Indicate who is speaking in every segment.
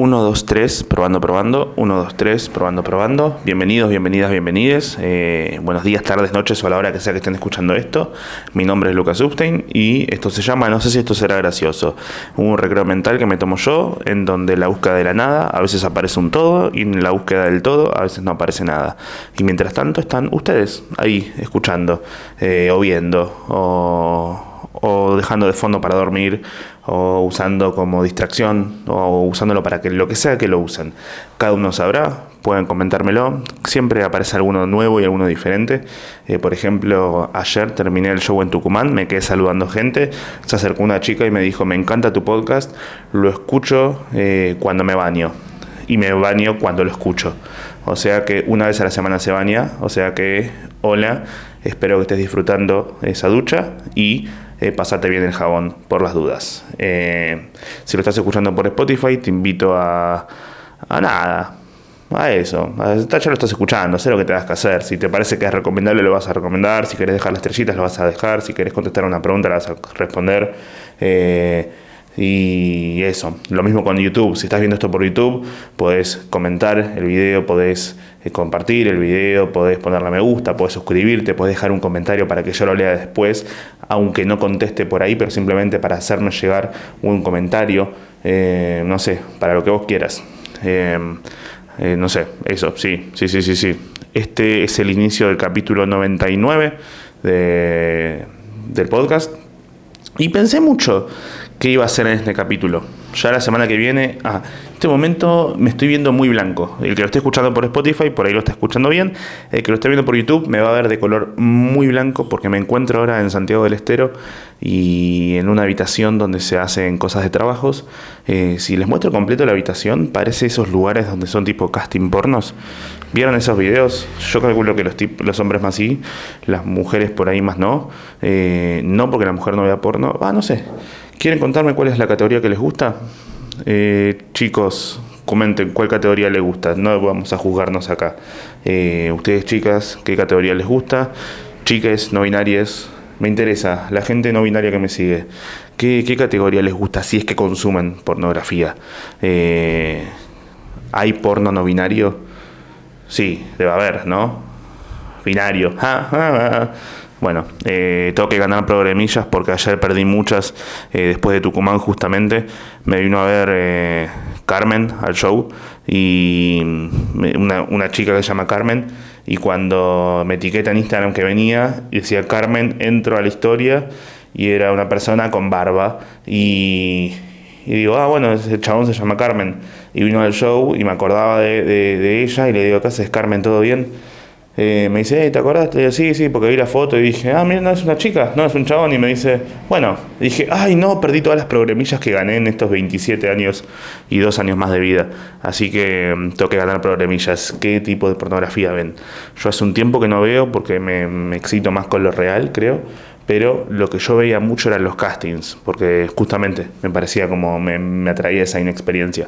Speaker 1: 1, 2, 3, probando, probando. 1, 2, 3, probando, probando. Bienvenidos, bienvenidas, bienvenides. Buenos días, tardes, noches o a la hora que sea que estén escuchando esto. Mi nombre es Lucas Upstein y esto se llama, no sé si esto será gracioso, un recreo mental que me tomo yo, en donde la búsqueda de la nada a veces aparece un todo y en la búsqueda del todo a veces no aparece nada. Y mientras tanto están ustedes ahí escuchando o viendo o dejando de fondo para dormir, o usando como distracción, o usándolo para que lo que sea que lo usen. Cada uno sabrá, pueden comentármelo. Siempre aparece alguno nuevo y alguno diferente. Por ejemplo, ayer terminé el show en Tucumán, me quedé saludando gente, se acercó una chica y me dijo: me encanta tu podcast, lo escucho cuando me baño. Y me baño cuando lo escucho. O sea que una vez a la semana se baña. O sea que, hola, espero que estés disfrutando esa ducha y pasate bien el jabón por las dudas. Si lo estás escuchando por Spotify, te invito a eso. Ya lo estás escuchando, sé lo que tengas que hacer. Si te parece que es recomendable, lo vas a recomendar. Si querés dejar las estrellitas, lo vas a dejar. Si querés contestar una pregunta, la vas a responder. Y eso, lo mismo con YouTube. Si estás viendo esto por YouTube, podés comentar el video, podés compartir el video, podés ponerle a me gusta, podés suscribirte, podés dejar un comentario para que yo lo lea después, aunque no conteste por ahí, pero simplemente para hacernos llegar un comentario, no sé, para lo que vos quieras. No sé, eso, sí. Este es el inicio del capítulo 99 del podcast. Y pensé mucho qué iba a hacer en este capítulo. Ya la semana que viene, en este momento me estoy viendo muy blanco. El que lo esté escuchando por Spotify, por ahí lo está escuchando bien. El que lo esté viendo por YouTube me va a ver de color muy blanco porque me encuentro ahora en Santiago del Estero y en una habitación donde se hacen cosas de trabajos. Si les muestro completo la habitación, parece esos lugares donde son tipo casting pornos. ¿Vieron esos videos? Yo calculo que los hombres más sí, las mujeres por ahí más no. No porque la mujer no vea porno. No sé. ¿Quieren contarme cuál es la categoría que les gusta? Chicos, comenten cuál categoría les gusta. No vamos a juzgarnos acá. Ustedes, chicas, ¿qué categoría les gusta? Chiques, no binarias. Me interesa, la gente no binaria que me sigue. ¿Qué categoría les gusta si es que consumen pornografía? ¿Hay porno no binario? Sí, debe haber, ¿no? Binario. Bueno, tengo que ganar programillas porque ayer perdí muchas después de Tucumán justamente. Me vino a ver Carmen al show y una chica que se llama Carmen, y cuando me etiqueta en Instagram que venía y decía Carmen, entro a la historia y era una persona con barba y digo, bueno, ese chabón se llama Carmen, y vino al show y me acordaba de ella y le digo, ¿qué haces, Carmen? ¿Todo bien? Me dice, ¿te acordás? Le digo, sí, porque vi la foto y dije, mira, no es una chica, no es un chabón. Y me dice, bueno, dije, no, perdí todas las programillas que gané en estos 27 años y 2 años más de vida. Así que tengo que ganar programillas. ¿Qué tipo de pornografía ven? Yo hace un tiempo que no veo porque me excito más con lo real, creo. Pero lo que yo veía mucho eran los castings, porque justamente me parecía como me atraía esa inexperiencia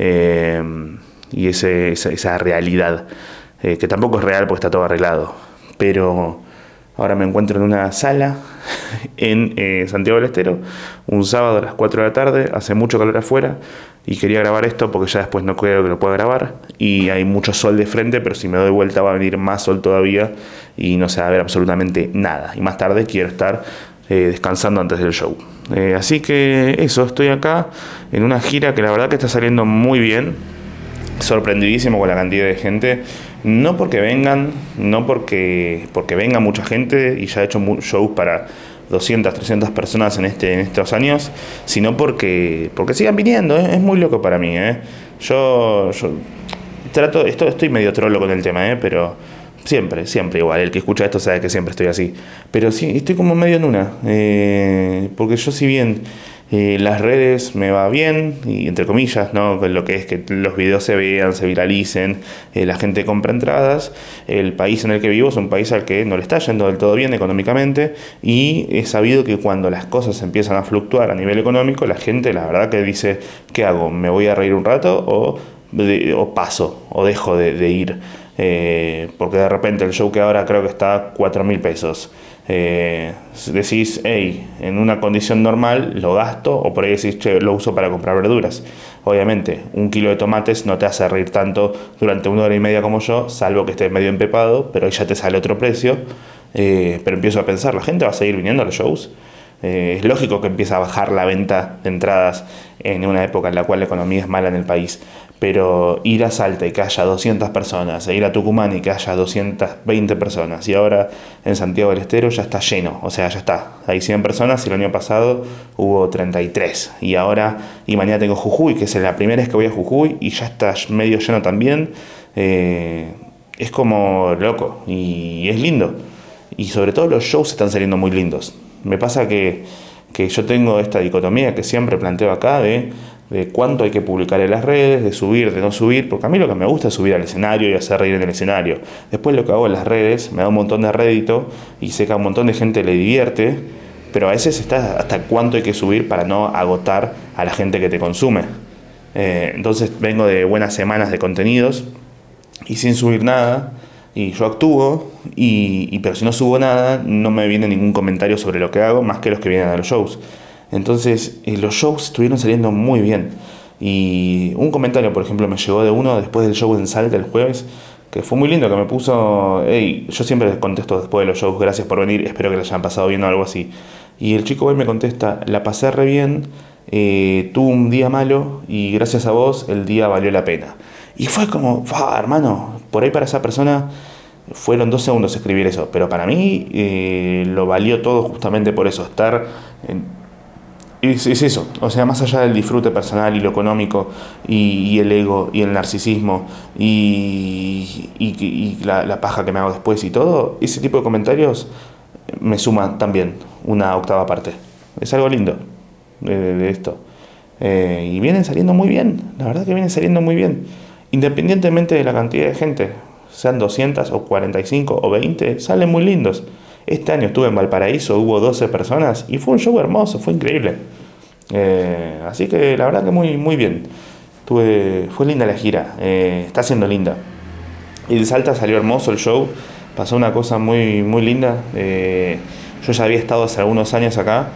Speaker 1: y esa realidad. Que tampoco es real porque está todo arreglado, pero ahora me encuentro en una sala en Santiago del Estero, un sábado a las 4 de la tarde, hace mucho calor afuera y quería grabar esto porque ya después no creo que lo pueda grabar y hay mucho sol de frente, pero si me doy vuelta va a venir más sol todavía y no se va a ver absolutamente nada, y más tarde quiero estar descansando antes del show. Así que eso, estoy acá en una gira que la verdad que está saliendo muy bien, sorprendidísimo con la cantidad de gente. No porque vengan, no porque venga mucha gente y ya he hecho shows para 200, 300 personas en estos años, sino porque sigan viniendo. Es muy loco para mí. Yo trato, estoy medio trolo con el tema, pero siempre igual. El que escucha esto sabe que siempre estoy así. Pero sí, estoy como medio en una. Porque yo, si bien las redes me va bien, y entre comillas, ¿no? Lo que es que los videos se vean, se viralicen, la gente compra entradas. El país en el que vivo es un país al que no le está yendo del todo bien económicamente, y es sabido que cuando las cosas empiezan a fluctuar a nivel económico, la gente la verdad que dice, ¿qué hago? ¿Me voy a reír un rato o paso o dejo de ir? Porque de repente el show que ahora creo que está a 4.000 pesos. Decís, en una condición normal lo gasto, o por ahí decís, lo uso para comprar verduras. Obviamente, 1 kilo de tomates no te hace reír tanto durante 1 hora y media como yo, salvo que estés medio empepado, pero ahí ya te sale otro precio. Pero empiezo a pensar, ¿la gente va a seguir viniendo a los shows? Es lógico que empieza a bajar la venta de entradas en una época en la cual la economía es mala en el país, pero ir a Salta y que haya 200 personas, e ir a Tucumán y que haya 220 personas, y ahora en Santiago del Estero ya está lleno, o sea, ya está, hay 100 personas y el año pasado hubo 33, y ahora, y mañana tengo Jujuy, que es la primera vez que voy a Jujuy, y ya está medio lleno también. Es como loco, y es lindo, y sobre todo los shows están saliendo muy lindos. Me pasa que yo tengo esta dicotomía que siempre planteo acá de cuánto hay que publicar en las redes, de subir, de no subir, porque a mí lo que me gusta es subir al escenario y hacer reír en el escenario. Después lo que hago en las redes me da un montón de rédito y sé que a un montón de gente le divierte, pero a veces está hasta cuánto hay que subir para no agotar a la gente que te consume. Entonces vengo de buenas semanas de contenidos y sin subir nada, y yo actúo, pero si no subo nada, no me viene ningún comentario sobre lo que hago, más que los que vienen a los shows. Entonces, los shows estuvieron saliendo muy bien. Y un comentario, por ejemplo, me llegó de uno después del show en Salta el jueves, que fue muy lindo, que me puso, hey, yo siempre les contesto después de los shows, gracias por venir, espero que les hayan pasado bien o algo así. Y el chico hoy me contesta, la pasé re bien, tuve un día malo y gracias a vos el día valió la pena. Y fue como, hermano, por ahí para esa persona fueron 2 segundos escribir eso, pero para mí lo valió todo justamente por eso, estar es eso, o sea, más allá del disfrute personal y lo económico y el ego y el narcisismo y la paja que me hago después y todo, ese tipo de comentarios me suman también una octava parte. Es algo lindo de esto. Y vienen saliendo muy bien, la verdad que vienen saliendo muy bien. Independientemente de la cantidad de gente, sean 200 o 45 o 20, salen muy lindos. Este año estuve en Valparaíso, hubo 12 personas y fue un show hermoso, fue increíble. Así que la verdad que muy, muy bien. Fue linda la gira, está siendo linda. Y de Salta salió hermoso el show, pasó una cosa muy, muy linda. Yo ya había estado hace algunos años acá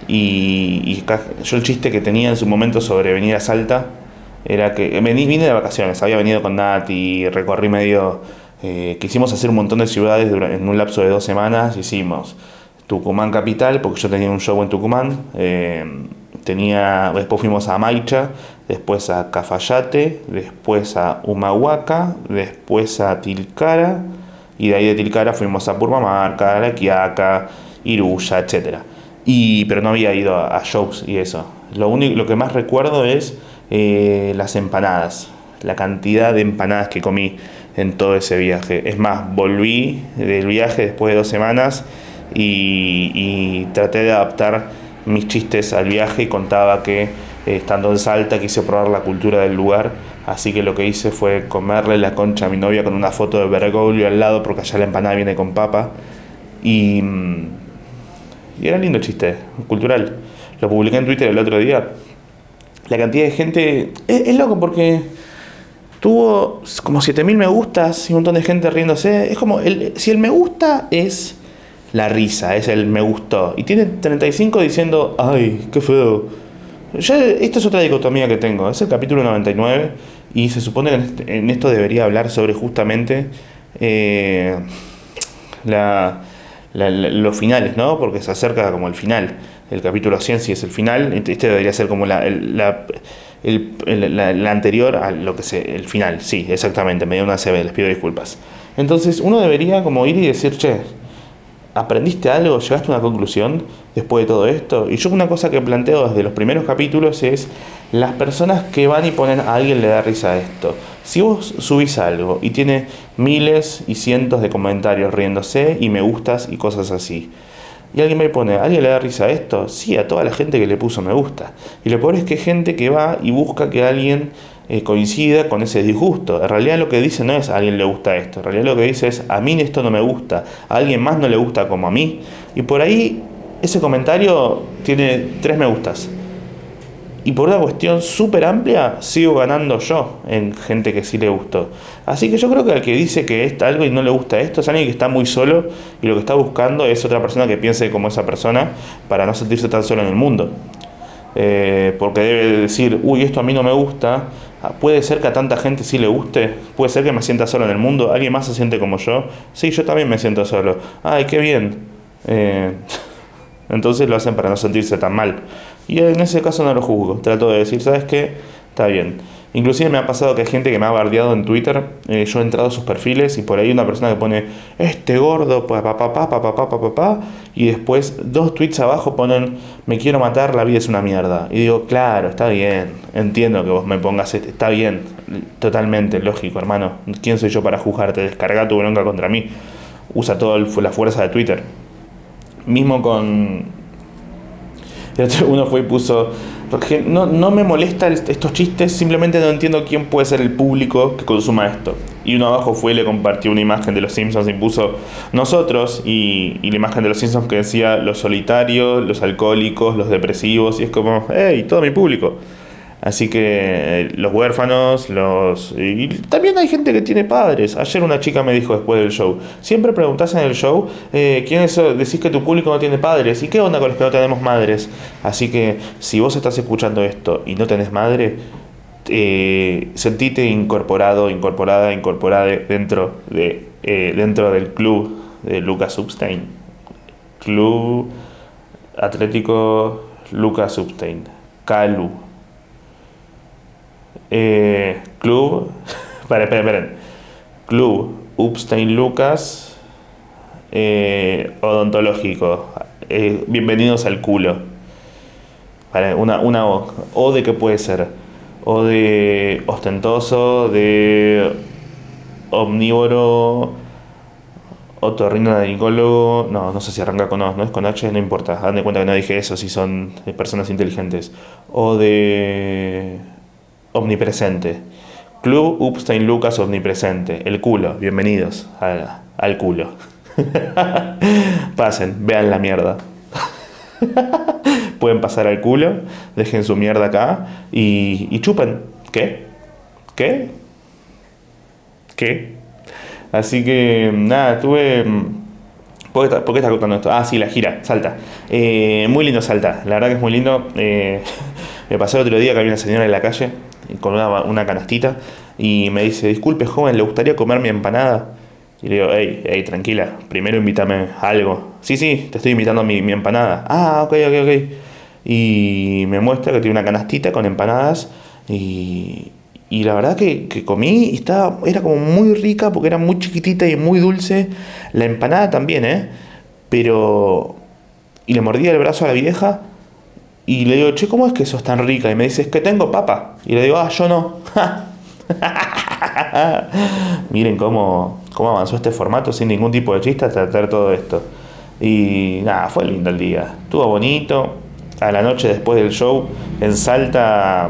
Speaker 1: y yo el chiste que tenía en su momento sobre venir a Salta era que vine de vacaciones, había venido con Nat y recorrí medio, quisimos hacer un montón de ciudades en un lapso de 2 semanas. Hicimos Tucumán capital, porque yo tenía un show en Tucumán, después fuimos a Maicha, después a Cafayate, después a Humahuaca, después a Tilcara, y de ahí de Tilcara fuimos a Purmamarca, La Quiaca, Iruya, etc. Pero no había ido a shows y eso. Lo que más recuerdo es las empanadas, la cantidad de empanadas que comí en todo ese viaje. Es más, volví del viaje después de 2 semanas y traté de adaptar mis chistes al viaje y contaba que estando en Salta quise probar la cultura del lugar, así que lo que hice fue comerle la concha a mi novia con una foto de Bergoglio al lado, porque allá la empanada viene con papa, y era lindo chiste, cultural. Lo publiqué en Twitter el otro día. La cantidad de gente es loco porque tuvo como 7000 me gustas y un montón de gente riéndose. Es como, si el me gusta es la risa, es el me gustó, y tiene 35 diciendo, ay, qué feo. Esta es otra dicotomía que tengo, es el capítulo 99 y se supone que en esto debería hablar sobre justamente los finales, ¿no? Porque se acerca como el final. El capítulo 100 sí es el final, este debería ser como la anterior a lo que el final, sí, exactamente, me dio una CB, les pido disculpas. Entonces uno debería como ir y decir, che, ¿aprendiste algo? ¿Llegaste a una conclusión después de todo esto? Y yo una cosa que planteo desde los primeros capítulos es las personas que van y ponen a alguien le da risa a esto. Si vos subís algo y tiene miles y cientos de comentarios riéndose y me gustas y cosas así, y alguien me pone, ¿a alguien le da risa a esto? Sí, a toda la gente que le puso me gusta. Y lo peor es que hay gente que va y busca que alguien coincida con ese disgusto. En realidad lo que dice no es a alguien le gusta esto. En realidad lo que dice es a mí esto no me gusta. A alguien más no le gusta como a mí. Y por ahí ese comentario tiene 3 me gustas. Y por una cuestión súper amplia sigo ganando yo en gente que sí le gustó. Así que yo creo que al que dice que está algo y no le gusta esto es alguien que está muy solo y lo que está buscando es otra persona que piense como esa persona para no sentirse tan solo en el mundo. porque debe decir, uy, esto a mí no me gusta. Puede ser que a tanta gente sí le guste, puede ser que me sienta solo en el mundo, alguien más se siente como yo, sí, yo también me siento solo, ay, qué bien. Entonces lo hacen para no sentirse tan mal, y en ese caso no lo juzgo, trato de decir, ¿sabes qué? Está bien. Inclusive me ha pasado que hay gente que me ha bardeado en Twitter, yo he entrado a sus perfiles y por ahí una persona que pone este gordo, y después 2 tweets abajo ponen me quiero matar, la vida es una mierda. Y digo, claro, está bien, entiendo que vos me pongas está bien, totalmente lógico, hermano. ¿Quién soy yo para juzgarte? Descarga tu bronca contra mí. Usa toda la fuerza de Twitter. Mismo con... Uno fue y puso... No me molesta estos chistes, simplemente no entiendo quién puede ser el público que consuma esto. Y uno abajo fue y le compartió una imagen de los Simpsons y puso nosotros y la imagen de los Simpsons que decía los solitarios, los alcohólicos, los depresivos, y es como, hey, todo mi público. Así que los huérfanos, y también hay gente que tiene padres. Ayer una chica me dijo después del show, siempre preguntás en el show, ¿quiénes decís que tu público no tiene padres? ¿Y qué onda con los que no tenemos madres? Así que si vos estás escuchando esto y no tenés madre, sentite incorporada dentro del club de Lucas Substein. Club Atlético Lucas Substein. CALU. Club esperen. Club Upstein Lucas Odontológico. Bienvenidos al culo. Vale, una O de qué puede ser. O de ostentoso, de omnívoro, otorrinolaringólogo. No sé si arranca con O, no es con H, no importa. Hagan de cuenta que no dije eso si son personas inteligentes. O de omnipresente. Club Upstein Lucas Omnipresente. El culo. Bienvenidos al culo. Pasen, vean la mierda. Pueden pasar al culo, dejen su mierda acá y chupen. ¿Qué? Así que nada, tuve... ¿Por qué estás contando esto? Ah, sí, la gira, Salta. Muy lindo Salta, la verdad que es muy lindo. Me pasó el otro día que había una señora en la calle con una canastita y me dice, disculpe joven, ¿le gustaría comer mi empanada? Y le digo, hey, tranquila, primero invítame a algo. Sí, te estoy invitando a mi empanada. Ah, ok. Y me muestra que tiene una canastita con empanadas y la verdad que comí y era como muy rica porque era muy chiquitita y muy dulce. La empanada también, pero... Y le mordí el brazo a la vieja y le digo, che, ¿cómo es que sos tan rica? Y me dice, es que tengo papa. Y le digo, yo no. Miren cómo avanzó este formato sin ningún tipo de chiste hasta tratar todo esto. Y nada, fue lindo el día. Estuvo bonito. A la noche después del show en Salta,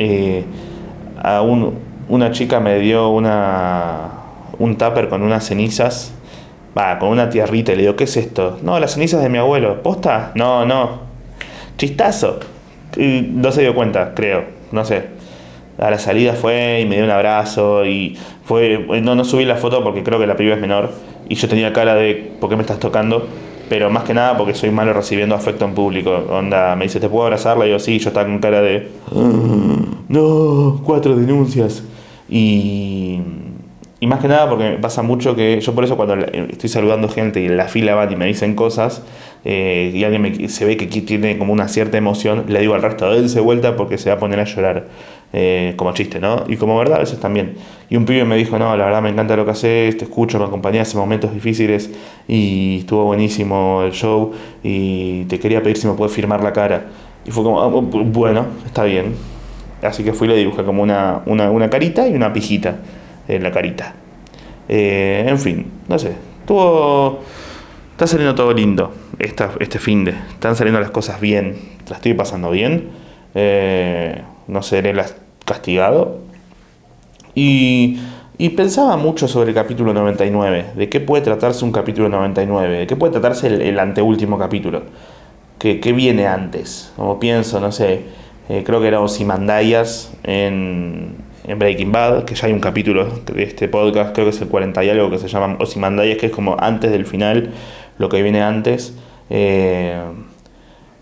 Speaker 1: una chica me dio un tupper con unas cenizas. Con una tierrita. Y le digo, ¿qué es esto? No, las cenizas de mi abuelo. ¿Posta? No. Chistazo. Y no se dio cuenta, creo. No sé. A la salida fue y me dio un abrazo y no subí la foto porque creo que la piba es menor y yo tenía cara de ¿por qué me estás tocando? Pero más que nada porque soy malo recibiendo afecto en público. Onda, me dice, ¿te puedo abrazarla? Y yo sí, yo estaba con cara de no, 4 denuncias. Y más que nada porque me pasa mucho que yo por eso cuando estoy saludando gente y en la fila van y me dicen cosas y alguien se ve que tiene como una cierta emoción, le digo al resto, dense vuelta porque se va a poner a llorar. Como chiste, ¿no? Y como verdad a veces también. Y un pibe me dijo, no, la verdad me encanta lo que haces, te escucho, me acompañás en momentos difíciles y estuvo buenísimo el show y te quería pedir si me puedes firmar la cara. Y fue como, bueno, está bien. Así que fui y le dibujé como una carita y una pijita en la carita. En fin, no sé, está saliendo todo lindo este finde. Están saliendo las cosas bien, la estoy pasando bien. No seré castigado. Y pensaba mucho sobre el capítulo 99, de qué puede tratarse un capítulo 99, de qué puede tratarse el anteúltimo capítulo, qué viene antes. Como pienso, no sé, creo que era Ozymandias en Breaking Bad, que ya hay un capítulo de este podcast, creo que es el 40 y algo, que se llama Ozymandias, que es como antes del final, lo que viene antes.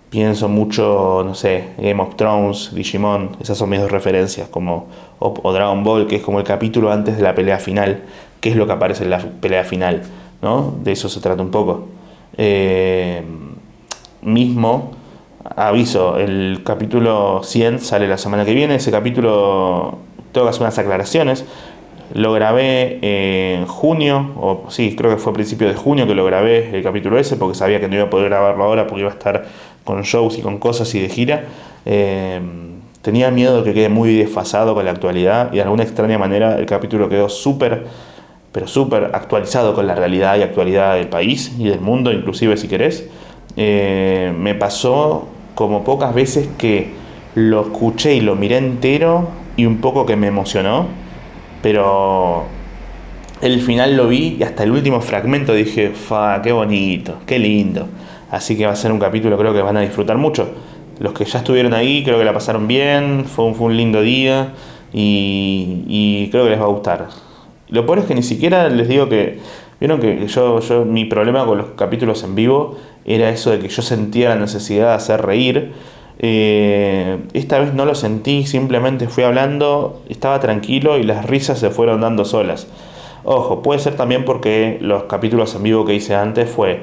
Speaker 1: Pienso mucho, no sé, Game of Thrones, Digimon, esas son mis dos referencias, como o Dragon Ball, que es como el capítulo antes de la pelea final, qué es lo que aparece en la pelea final, ¿no? De eso se trata un poco. Eh, Mismo, aviso, el capítulo 100 sale la semana que viene, ese capítulo tengo que hacer unas aclaraciones. Lo grabé en junio, o sí, creo que fue a principios de junio que lo grabé el capítulo ese, porque sabía que no iba a poder grabarlo ahora porque iba a estar con shows y con cosas y de gira. Tenía miedo de que quede muy desfasado con la actualidad y de alguna extraña manera el capítulo quedó súper, pero súper actualizado con la realidad y actualidad del país y del mundo, inclusive si querés. Me pasó como pocas veces que lo escuché y lo miré entero y un poco que me emocionó, pero el final lo vi y hasta el último fragmento dije, fa, qué bonito, qué lindo. Así que va a ser un capítulo, creo que van a disfrutar mucho. Los que ya estuvieron ahí, creo que la pasaron bien, fue un lindo día y creo que les va a gustar. Lo peor es que ni siquiera les digo que, vieron que mi problema con los capítulos en vivo era eso de que yo sentía la necesidad de hacer reír. Esta vez no lo sentí, simplemente fui hablando, estaba tranquilo y las risas se fueron dando solas. Ojo, puede ser también porque los capítulos en vivo que hice antes fue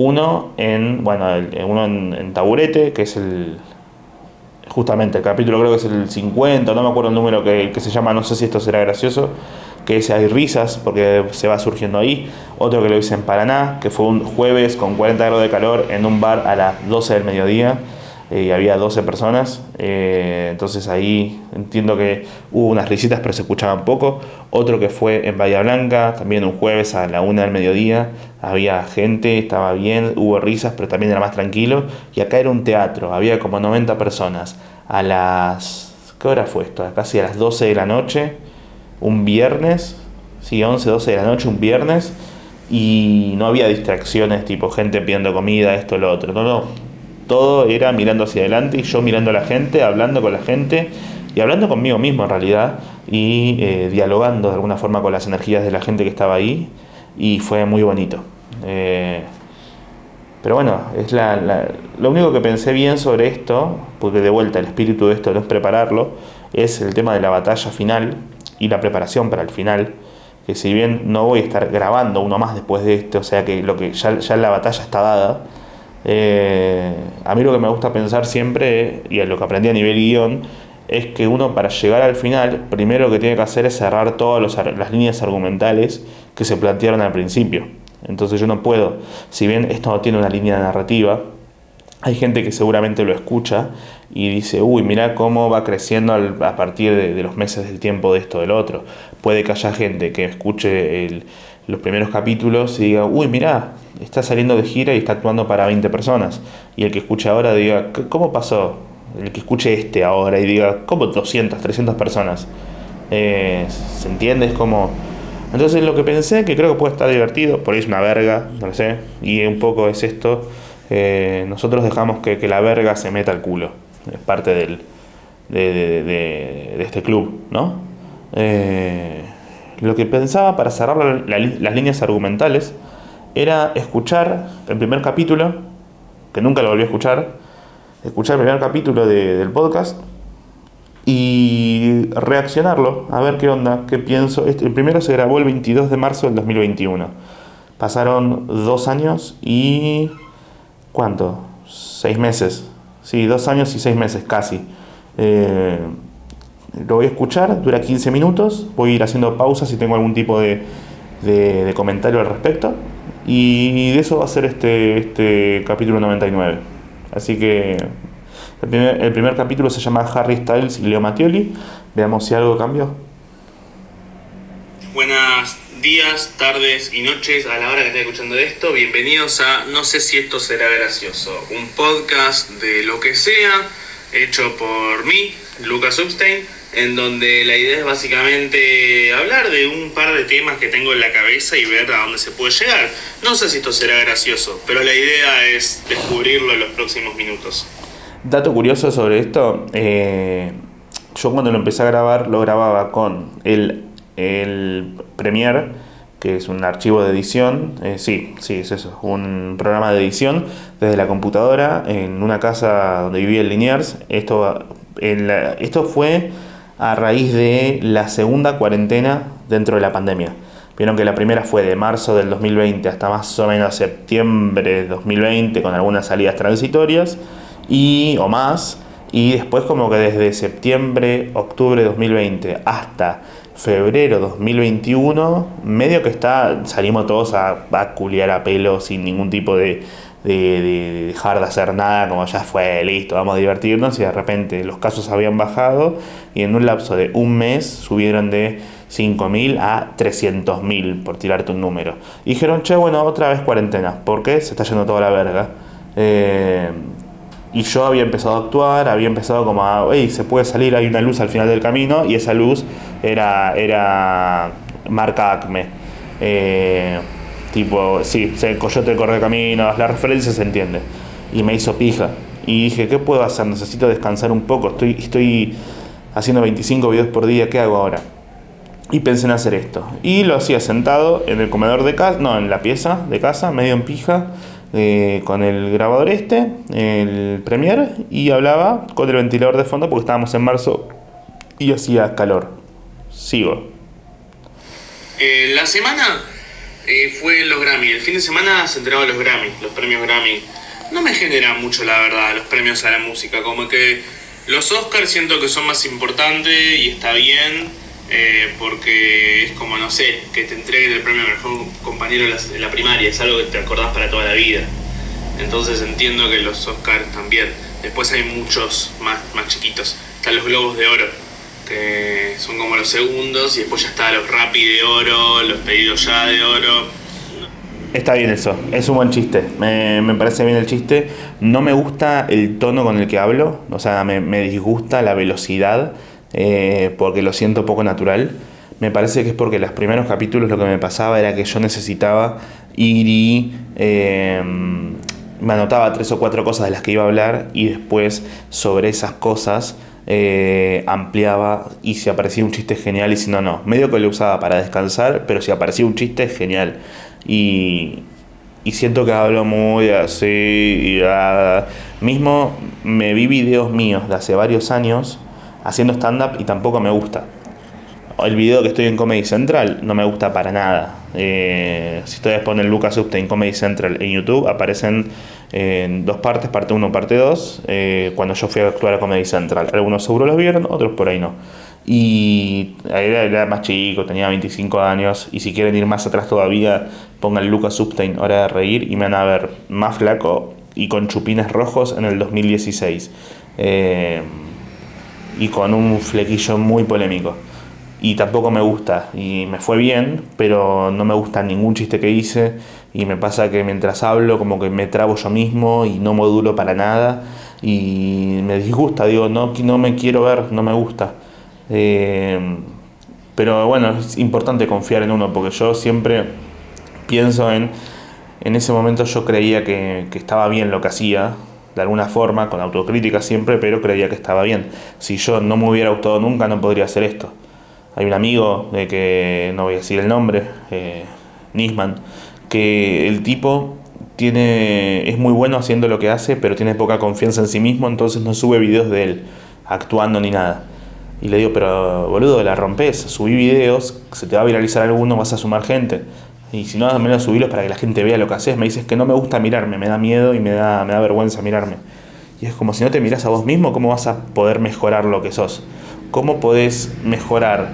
Speaker 1: uno en Taburete, que es justamente el capítulo creo que es el 50, no me acuerdo el número que se llama, no sé si esto será gracioso, que ese hay risas porque se va surgiendo ahí. Otro que lo hice en Paraná, que fue un jueves con 40 grados de calor en un bar a las 12 del mediodía. Y había 12 personas, entonces ahí entiendo que hubo unas risitas pero se escuchaban poco. Otro que fue en Bahía Blanca, también un jueves a la 1 del mediodía, había gente, estaba bien, hubo risas pero también era más tranquilo. Y acá era un teatro, había como 90 personas, a las... ¿qué hora fue esto? Casi a las 12 de la noche, un viernes, sí, 11, 12 de la noche, un viernes, y no había distracciones tipo gente pidiendo comida, esto, lo otro, no. Todo era mirando hacia adelante y yo mirando a la gente, hablando con la gente y hablando conmigo mismo en realidad y dialogando de alguna forma con las energías de la gente que estaba ahí y fue muy bonito. Pero bueno, es lo único que pensé bien sobre esto, porque de vuelta el espíritu de esto no es prepararlo, es el tema de la batalla final y la preparación para el final, que si bien no voy a estar grabando uno más después de este, o sea que lo que ya la batalla está dada. A mí lo que me gusta pensar siempre, y lo que aprendí a nivel guión, es que uno para llegar al final, primero lo que tiene que hacer es cerrar todas las líneas argumentales que se plantearon al principio. Entonces yo no puedo, si bien esto no tiene una línea narrativa, hay gente que seguramente lo escucha y dice, uy, mirá cómo va creciendo a partir de los meses del tiempo de esto, del otro. Puede que haya gente que escuche los primeros capítulos y diga, uy, mirá, está saliendo de gira y está actuando para 20 personas. Y el que escuche ahora diga, ¿cómo pasó? El que escuche este ahora y diga, ¿cómo 200, 300 personas? ¿Se entiende? Es como... Entonces lo que pensé, que creo que puede estar divertido, por ahí es una verga, no lo sé, y un poco es esto, nosotros dejamos que la verga se meta al culo, es parte de este club, ¿no? Lo que pensaba para cerrar las líneas argumentales era escuchar el primer capítulo, que nunca lo volví a escuchar el primer capítulo del podcast y reaccionarlo, a ver qué onda, qué pienso. El primero se grabó el 22 de marzo del 2021. Pasaron 2 años y... ¿cuánto? 6 meses. Sí, 2 años y 6 meses casi. Lo voy a escuchar, dura 15 minutos, voy a ir haciendo pausas si tengo algún tipo de comentario al respecto. Y de eso va a ser este capítulo 99. Así que el primer capítulo se llama Harry Styles y Leo Mattioli. Veamos si algo cambió.
Speaker 2: Buenos días, tardes y noches a la hora que estén escuchando esto. Bienvenidos a No sé si esto será gracioso, un podcast de lo que sea, hecho por mí, Lucas Upstein, en donde la idea es básicamente hablar de un par de temas que tengo en la cabeza y ver a dónde se puede llegar. No sé si esto será gracioso, pero la idea es descubrirlo en los próximos minutos.
Speaker 1: Dato curioso sobre esto, yo cuando lo empecé a grabar lo grababa con el Premiere, que es un archivo de edición, sí, es eso, un programa de edición desde la computadora en una casa donde vivía en Liniers. Esto fue a raíz de la segunda cuarentena dentro de la pandemia. Vieron que la primera fue de marzo del 2020 hasta más o menos septiembre de 2020 con algunas salidas transitorias o más, y después como que desde septiembre, octubre de 2020 hasta febrero 2021, medio que salimos todos a culiar a pelo sin ningún tipo de dejar de hacer nada, como ya fue, listo, vamos a divertirnos, y de repente los casos habían bajado y en un lapso de un mes subieron de 5.000 a 300.000, por tirarte un número. Y dijeron, che, bueno, otra vez cuarentena, porque se está yendo toda la verga. Y yo había empezado a actuar, había empezado como a, hey, se puede salir, hay una luz al final del camino, y esa luz era marca Acme. Tipo, sí, Coyote corre caminos, la referencia se entiende. Y me hizo pija. Y dije, ¿qué puedo hacer? Necesito descansar un poco. Estoy haciendo 25 videos por día, ¿qué hago ahora? Y pensé en hacer esto. Y lo hacía sentado en el comedor de casa, no, en la pieza de casa, medio en pija, con el grabador el Premiere, y hablaba con el ventilador de fondo porque estábamos en marzo y hacía calor. Sigo.
Speaker 2: La semana fue los Grammy. El fin de semana se entregaron los Grammy, los premios Grammy. No me genera mucho, la verdad, los premios a la música. Como que los Oscars siento que son más importantes y está bien, porque es como, no sé, que te entreguen el premio a mejor compañero en la primaria. Es algo que te acordás para toda la vida. Entonces entiendo que los Oscars también. Después hay muchos más chiquitos. Están los Globos de Oro, que son como los segundos, y después ya está los Rappi de oro, los Pedidos Ya de oro.
Speaker 1: Está bien eso, es un buen chiste, me parece bien el chiste. No me gusta el tono con el que hablo, o sea, me disgusta la velocidad, porque lo siento poco natural. Me parece que es porque los primeros capítulos lo que me pasaba era que yo necesitaba ir y me anotaba 3 o 4 cosas de las que iba a hablar, y después sobre esas cosas ampliaba, y si aparecía un chiste genial, y si no, medio que lo usaba para descansar, pero si aparecía un chiste genial, y siento que hablo muy así, mismo me vi videos míos de hace varios años haciendo stand-up y tampoco me gusta. El video que estoy en Comedy Central no me gusta para nada. Si ustedes ponen Lucas Upstein Comedy Central en YouTube, aparecen en 2 partes, parte 1, parte 2, cuando yo fui a actuar a Comedy Central. Algunos seguro los vieron, otros por ahí no. Y era más chico, tenía 25 años, y si quieren ir más atrás todavía, pongan Lucas Upstein Hora de Reír, y me van a ver más flaco y con chupines rojos en el 2016. Y con un flequillo muy polémico. Y tampoco me gusta, y me fue bien, pero no me gusta ningún chiste que hice, y me pasa que mientras hablo como que me trabo yo mismo y no modulo para nada, y me disgusta, digo, no me quiero ver, no me gusta. Pero bueno, es importante confiar en uno, porque yo siempre pienso en ese momento yo creía que estaba bien lo que hacía, de alguna forma, con autocrítica siempre, pero creía que estaba bien. Si yo no me hubiera gustado nunca, no podría hacer esto. Hay un amigo, que no voy a decir el nombre, Nisman, que el tipo es muy bueno haciendo lo que hace, pero tiene poca confianza en sí mismo, entonces no sube videos de él actuando ni nada. Y le digo, pero boludo, la rompes, subí videos, se te va a viralizar alguno, vas a sumar gente. Y si no, al menos subílos para que la gente vea lo que haces. Me dices que no me gusta mirarme, me da miedo y me da vergüenza mirarme. Y es como, si no te mirás a vos mismo, ¿cómo vas a poder mejorar lo que sos? ¿Cómo podés mejorar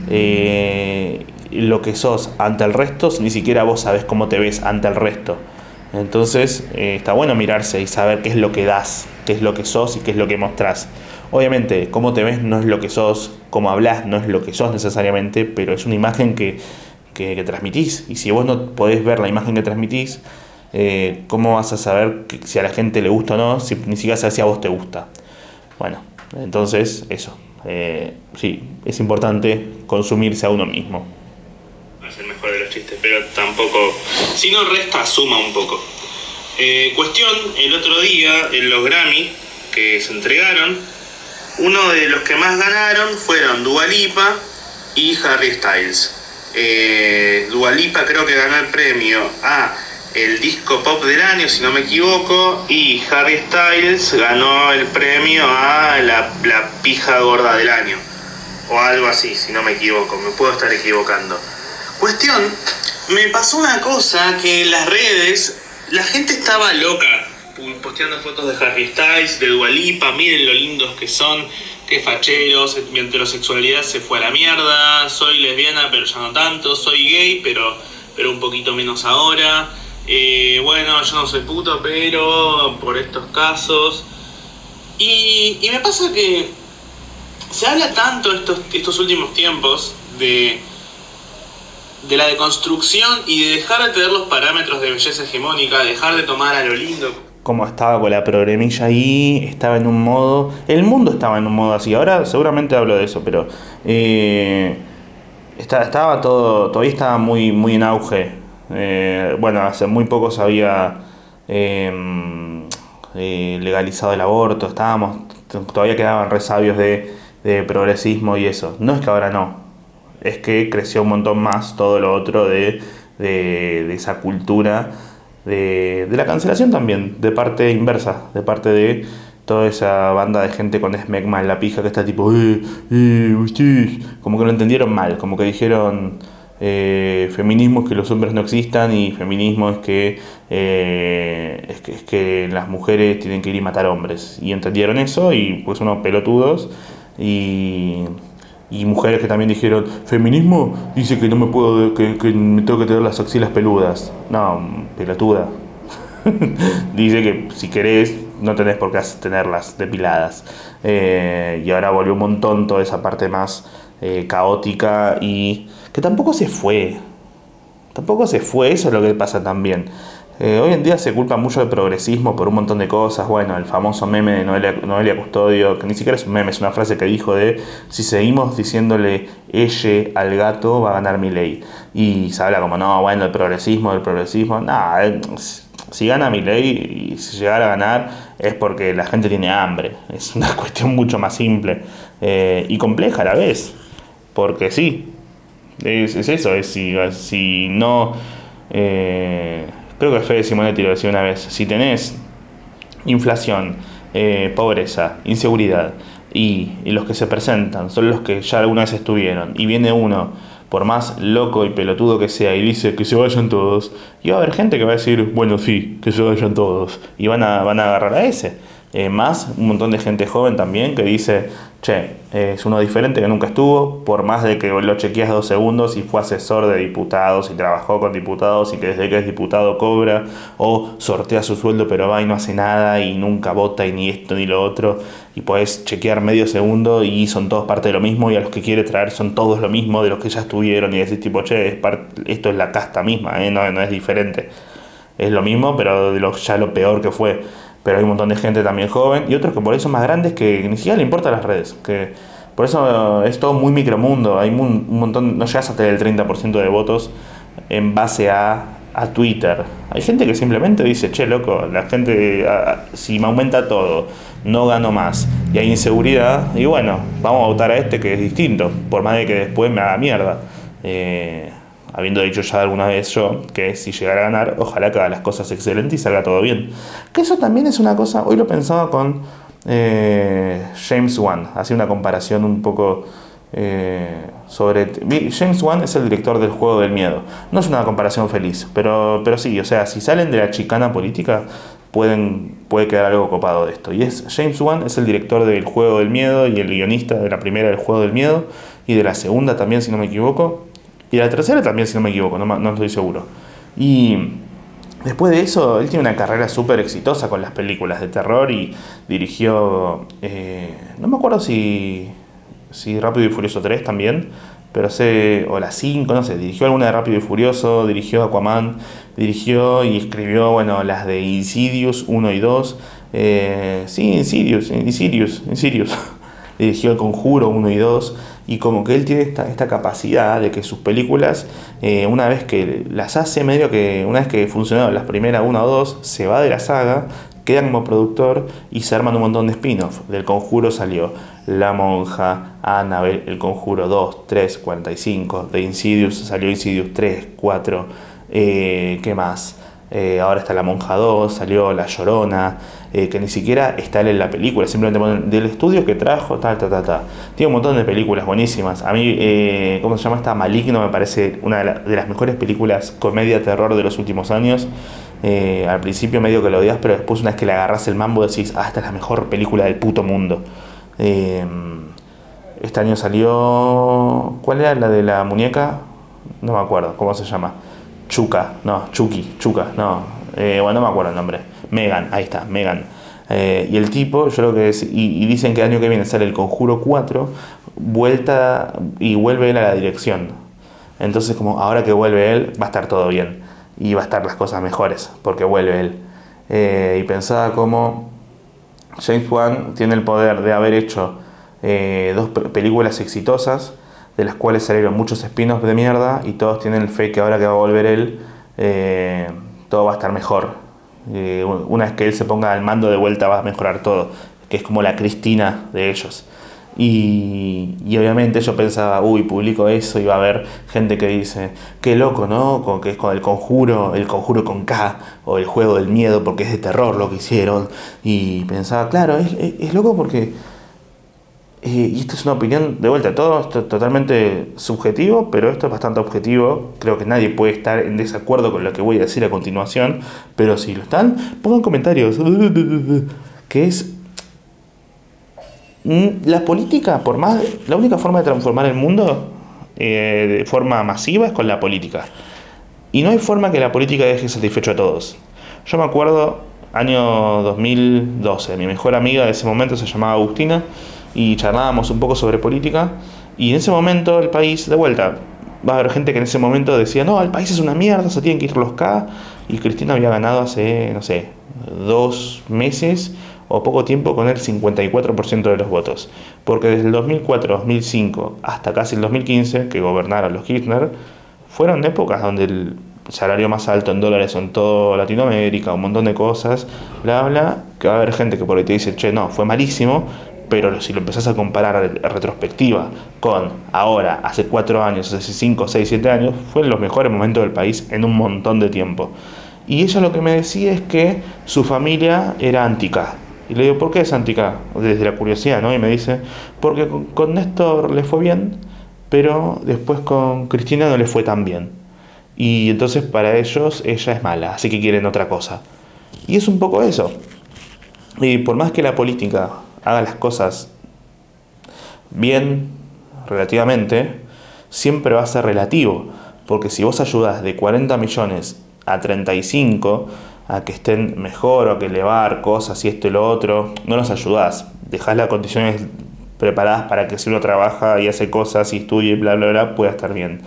Speaker 1: lo que sos ante el resto si ni siquiera vos sabés cómo te ves ante el resto? Entonces está bueno mirarse y saber qué es lo que das, qué es lo que sos y qué es lo que mostrás. Obviamente, cómo te ves no es lo que sos, cómo hablás no es lo que sos necesariamente, pero es una imagen que transmitís. Y si vos no podés ver la imagen que transmitís, ¿cómo vas a saber si a la gente le gusta o no, si ni siquiera sabes si a vos te gusta? Bueno, entonces eso. Sí, es importante consumirse a uno mismo.
Speaker 2: No es el mejor de los chistes, pero tampoco, si no resta, suma un poco. Cuestión, el otro día en los Grammy que se entregaron, uno de los que más ganaron fueron Dua Lipa y Harry Styles. Dua Lipa creo que ganó el premio a el disco pop del año, si no me equivoco, y Harry Styles ganó el premio a la pija gorda del año, o algo así, si no me equivoco, me puedo estar equivocando. Cuestión, me pasó una cosa que en las redes la gente estaba loca, posteando fotos de Harry Styles, de Dua Lipa, miren lo lindos que son, qué facheros, mi heterosexualidad se fue a la mierda, soy lesbiana pero ya no tanto, soy gay pero un poquito menos ahora. Bueno, yo no soy puto, pero por estos casos. Y me pasa que se habla tanto estos últimos tiempos de la deconstrucción y de dejar de tener los parámetros de belleza hegemónica, dejar de tomar a lo lindo.
Speaker 1: Como estaba con la programilla ahí, estaba en un modo... El mundo estaba en un modo así. Ahora seguramente hablo de eso, pero... estaba todo... Todavía estaba muy, muy en auge. Bueno, hace muy poco se había legalizado el aborto. Todavía quedaban resabios de progresismo y eso. No es que ahora no. Es que creció un montón más todo lo otro de esa cultura... De la cancelación también, de parte inversa, de parte de toda esa banda de gente con esmegma en la pija que está tipo, ustedes, como que lo entendieron mal, como que dijeron feminismo es que los hombres no existan y feminismo es que las mujeres tienen que ir y matar hombres, y entendieron eso y pues unos pelotudos y mujeres que también dijeron, feminismo dice que no me puedo, que me tengo que tener las axilas peludas. No, pelotuda. Dice que si querés no tenés por qué tenerlas depiladas. Y ahora volvió un montón toda esa parte más caótica y que tampoco se fue. Eso es lo que pasa también. Hoy en día se culpa mucho del progresismo por un montón de cosas. Bueno, el famoso meme de Noelia Custodio, que ni siquiera es un meme, es una frase que dijo de si seguimos diciéndole ella al gato va a ganar Milei. Y se habla como, no, bueno, el progresismo. Nada, si gana Milei y si llegara a ganar es porque la gente tiene hambre. Es una cuestión mucho más simple y compleja a la vez. Porque sí, es eso, es si no... Creo que Fede Simonetti lo decía una vez, si tenés inflación, pobreza, inseguridad y los que se presentan son los que ya alguna vez estuvieron y viene uno, por más loco y pelotudo que sea, y dice que se vayan todos, y va a haber gente que va a decir, bueno, sí, que se vayan todos, y van a agarrar a ese. Más un montón de gente joven también que dice, che, es uno diferente que nunca estuvo, por más de que lo chequeas 2 segundos y fue asesor de diputados y trabajó con diputados y que desde que es diputado cobra, o sortea su sueldo pero va y no hace nada y nunca vota y ni esto ni lo otro, y podés chequear medio segundo y son todos parte de lo mismo, y a los que quiere traer son todos lo mismo de los que ya estuvieron, y decís tipo, che, esto es la casta misma, no es diferente, es lo mismo pero de ya lo peor que fue. Pero hay un montón de gente también joven y otros que por eso más grandes que ni siquiera le importan las redes, que por eso es todo muy micromundo, hay un montón, no llegas a tener el 30% de votos en base a Twitter. Hay gente que simplemente dice, che, loco, la gente, si me aumenta todo, no gano más y hay inseguridad, y bueno, vamos a votar a este que es distinto, por más de que después me haga mierda. Habiendo dicho ya alguna vez yo que si llegara a ganar, ojalá que haga las cosas excelentes y salga todo bien. Que eso también es una cosa, hoy lo pensaba con James Wan, hacía una comparación un poco sobre... James Wan es el director del Juego del Miedo. No es una comparación feliz, pero sí, o sea, si salen de la chicana política, puede quedar algo copado de esto. Y James Wan es el director del Juego del Miedo y el guionista de la primera del Juego del Miedo y de la segunda también, si no me equivoco. Y la tercera también, si no me equivoco, no estoy seguro. Y después de eso, él tiene una carrera súper exitosa con las películas de terror y dirigió... no me acuerdo si Rápido y Furioso 3 también, pero o la 5, no sé, dirigió alguna de Rápido y Furioso, dirigió Aquaman, dirigió y escribió, bueno, las de Insidious 1 y 2. Sí, Insidious. Dirigió El Conjuro 1 y 2, y como que él tiene esta capacidad de que sus películas, una vez que las hace, medio que una vez que funcionaron las primeras 1 o 2, se va de la saga queda como productor y se arman un montón de spin-off. Del Conjuro salió La Monja, Annabelle, El Conjuro 2, 3, 45. De Insidious salió Insidious 3, 4. ¿Qué más? Ahora está La Monja 2, salió La Llorona, que ni siquiera está él en la película, simplemente ponen del estudio que trajo, tal. Tiene un montón de películas buenísimas. A mí, ¿cómo se llama esta? Maligno me parece una de las mejores películas comedia-terror de los últimos años. Al principio medio que lo odias, pero después una vez que le agarras el mambo decís, esta es la mejor película del puto mundo. Este año salió... ¿Cuál era la de la muñeca? No me acuerdo, ¿cómo se llama? Chuca, no. Bueno, no me acuerdo el nombre. Megan, ahí está, Megan. Y el tipo, yo lo que es, y dicen que el año que viene sale El Conjuro 4, vuelve él a la dirección. Entonces, como ahora que vuelve él, va a estar todo bien. Y va a estar las cosas mejores, porque vuelve él. Y pensaba como James Wan tiene el poder de haber hecho dos películas exitosas, de las cuales salieron muchos spin-offs de mierda, y todos tienen fe que ahora que va a volver él, todo va a estar mejor. Una vez que él se ponga al mando de vuelta va a mejorar todo, que es como la Cristina de ellos. Y obviamente yo pensaba, publico eso y va a haber gente que dice, qué loco, ¿no? Que es con el conjuro con K, o el juego del miedo porque es de terror lo que hicieron. Y pensaba, claro, es loco porque... y esto es una opinión, de vuelta, todo esto es totalmente subjetivo, pero esto es bastante objetivo. Creo que nadie puede estar en desacuerdo con lo que voy a decir a continuación, pero si lo están, pongan comentarios. Que es... La política, la única forma de transformar el mundo de forma masiva es con la política. Y no hay forma que la política deje satisfecho a todos. Yo me acuerdo, año 2012, mi mejor amiga de ese momento se llamaba Agustina, y charlábamos un poco sobre política, y en ese momento el país, de vuelta, va a haber gente que en ese momento decía, no, el país es una mierda, se tienen que ir los K, y Cristina había ganado hace, no sé, 2 meses o poco tiempo con el 54% de los votos, porque desde el 2004-2005 hasta casi el 2015, que gobernaron los Kirchner, fueron épocas donde el salario más alto en dólares en toda Latinoamérica, un montón de cosas, bla, que va a haber gente que por ahí te dice, che, no, fue malísimo, pero si lo empezás a comparar a retrospectiva con ahora, hace 4 años, hace 5, 6, 7 años, fue en los mejores momentos del país en un montón de tiempo. Y ella lo que me decía es que su familia era anti-K. Y le digo, ¿por qué es anti-K? Desde la curiosidad, ¿no? Y me dice, porque con Néstor le fue bien, pero después con Cristina no le fue tan bien. Y entonces para ellos ella es mala, así que quieren otra cosa. Y es un poco eso. Y por más que la política haga las cosas bien, relativamente, siempre va a ser relativo. Porque si vos ayudás de 40 millones a 35 a que estén mejor o a que elevar cosas y esto y lo otro, no los ayudás. Dejás las condiciones preparadas para que si uno trabaja y hace cosas y estudia y bla, pueda estar bien.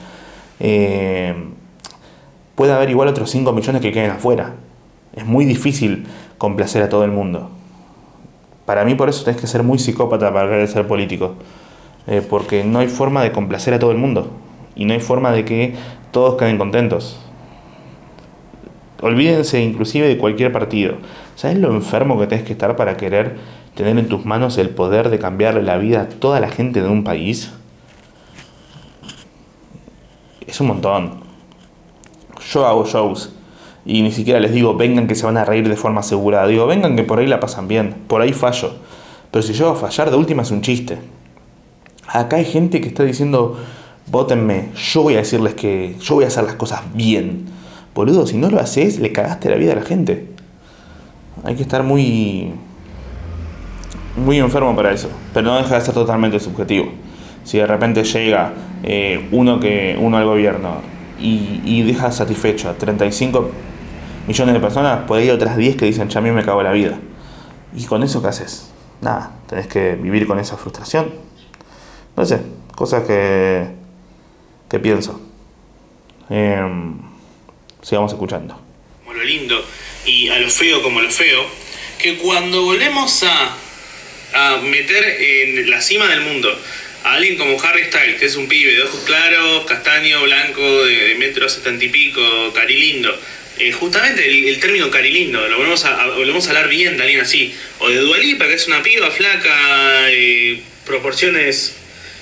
Speaker 1: Puede haber igual otros 5 millones que queden afuera. Es muy difícil complacer a todo el mundo. Para mí por eso tenés que ser muy psicópata para querer ser político. Porque no hay forma de complacer a todo el mundo. Y no hay forma de que todos queden contentos. Olvídense inclusive de cualquier partido. ¿Sabes lo enfermo que tenés que estar para querer tener en tus manos el poder de cambiarle la vida a toda la gente de un país? Es un montón. Yo hago shows y ni siquiera les digo vengan que se van a reír de forma asegurada. Digo vengan que por ahí la pasan bien, por ahí fallo. Pero si llego a fallar, de última es un chiste. Acá hay gente que está diciendo vótenme, yo voy a decirles que yo voy a hacer las cosas bien. Boludo, si no lo haces, le cagaste la vida a la gente. Hay que estar muy enfermo para eso. Pero no deja de ser totalmente subjetivo. Si de repente llega uno al gobierno y deja satisfecho a 35 millones de personas, por ahí hay otras 10 que dicen, ya a mí me cago la vida. ¿Y con eso qué haces? Nada, tenés que vivir con esa frustración. No sé, cosas que pienso. Sigamos escuchando.
Speaker 2: Como lo lindo y a lo feo como lo feo, que cuando volvemos a meter en la cima del mundo a alguien como Harry Styles, que es un pibe de ojos claros, castaño, blanco, de metro 70 y pico, carilindo, justamente el término carilindo, volvemos a hablar bien de alguien así. O de Dua Lipa, que es una piba flaca, proporciones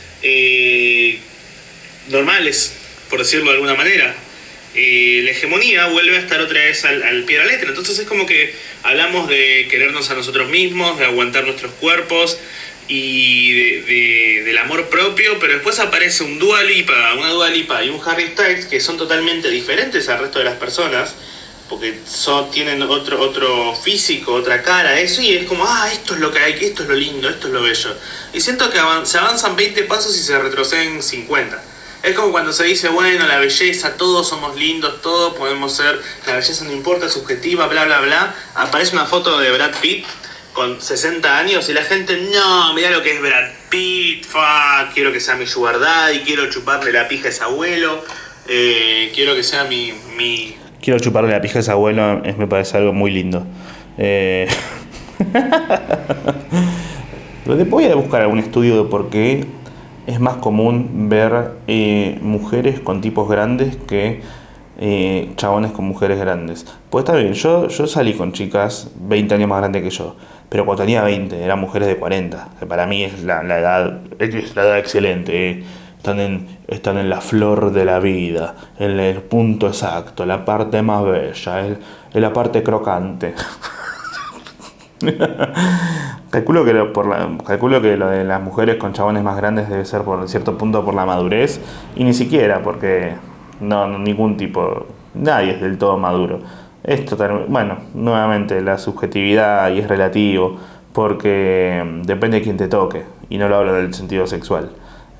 Speaker 2: normales, por decirlo de alguna manera. La hegemonía vuelve a estar otra vez al pie de la letra. Entonces es como que hablamos de querernos a nosotros mismos, de aguantar nuestros cuerpos y del amor propio, pero después aparece una Dua Lipa y un Harry Styles que son totalmente diferentes al resto de las personas, porque tienen otro físico, otra cara, eso, y es como, esto es lo que hay, esto es lo lindo, esto es lo bello. Y siento que se avanzan 20 pasos y se retroceden 50. Es como cuando se dice, bueno, la belleza, todos somos lindos, todos podemos ser, la belleza no importa, es subjetiva, bla, bla, bla. Aparece una foto de Brad Pitt con 60 años y la gente, no, mirá lo que es Brad Pitt, quiero que sea mi sugar daddy, quiero chuparle la pija a ese abuelo, quiero que sea mi...
Speaker 1: Quiero chuparle la pija a ese abuelo, me parece algo muy lindo. Voy a buscar algún estudio de por qué es más común ver mujeres con tipos grandes que chabones con mujeres grandes. Pues está bien, yo salí con chicas 20 años más grandes que yo, pero cuando tenía 20 eran mujeres de 40, que para mí es la edad excelente. Están en la flor de la vida, en el punto exacto, la parte más bella, en la parte crocante. Calculo que lo de las mujeres con chabones más grandes debe ser por cierto punto por la madurez, y ni siquiera porque ningún tipo, nadie es del todo maduro. Bueno, nuevamente la subjetividad y es relativo, porque depende de quién te toque, y no lo hablo del sentido sexual.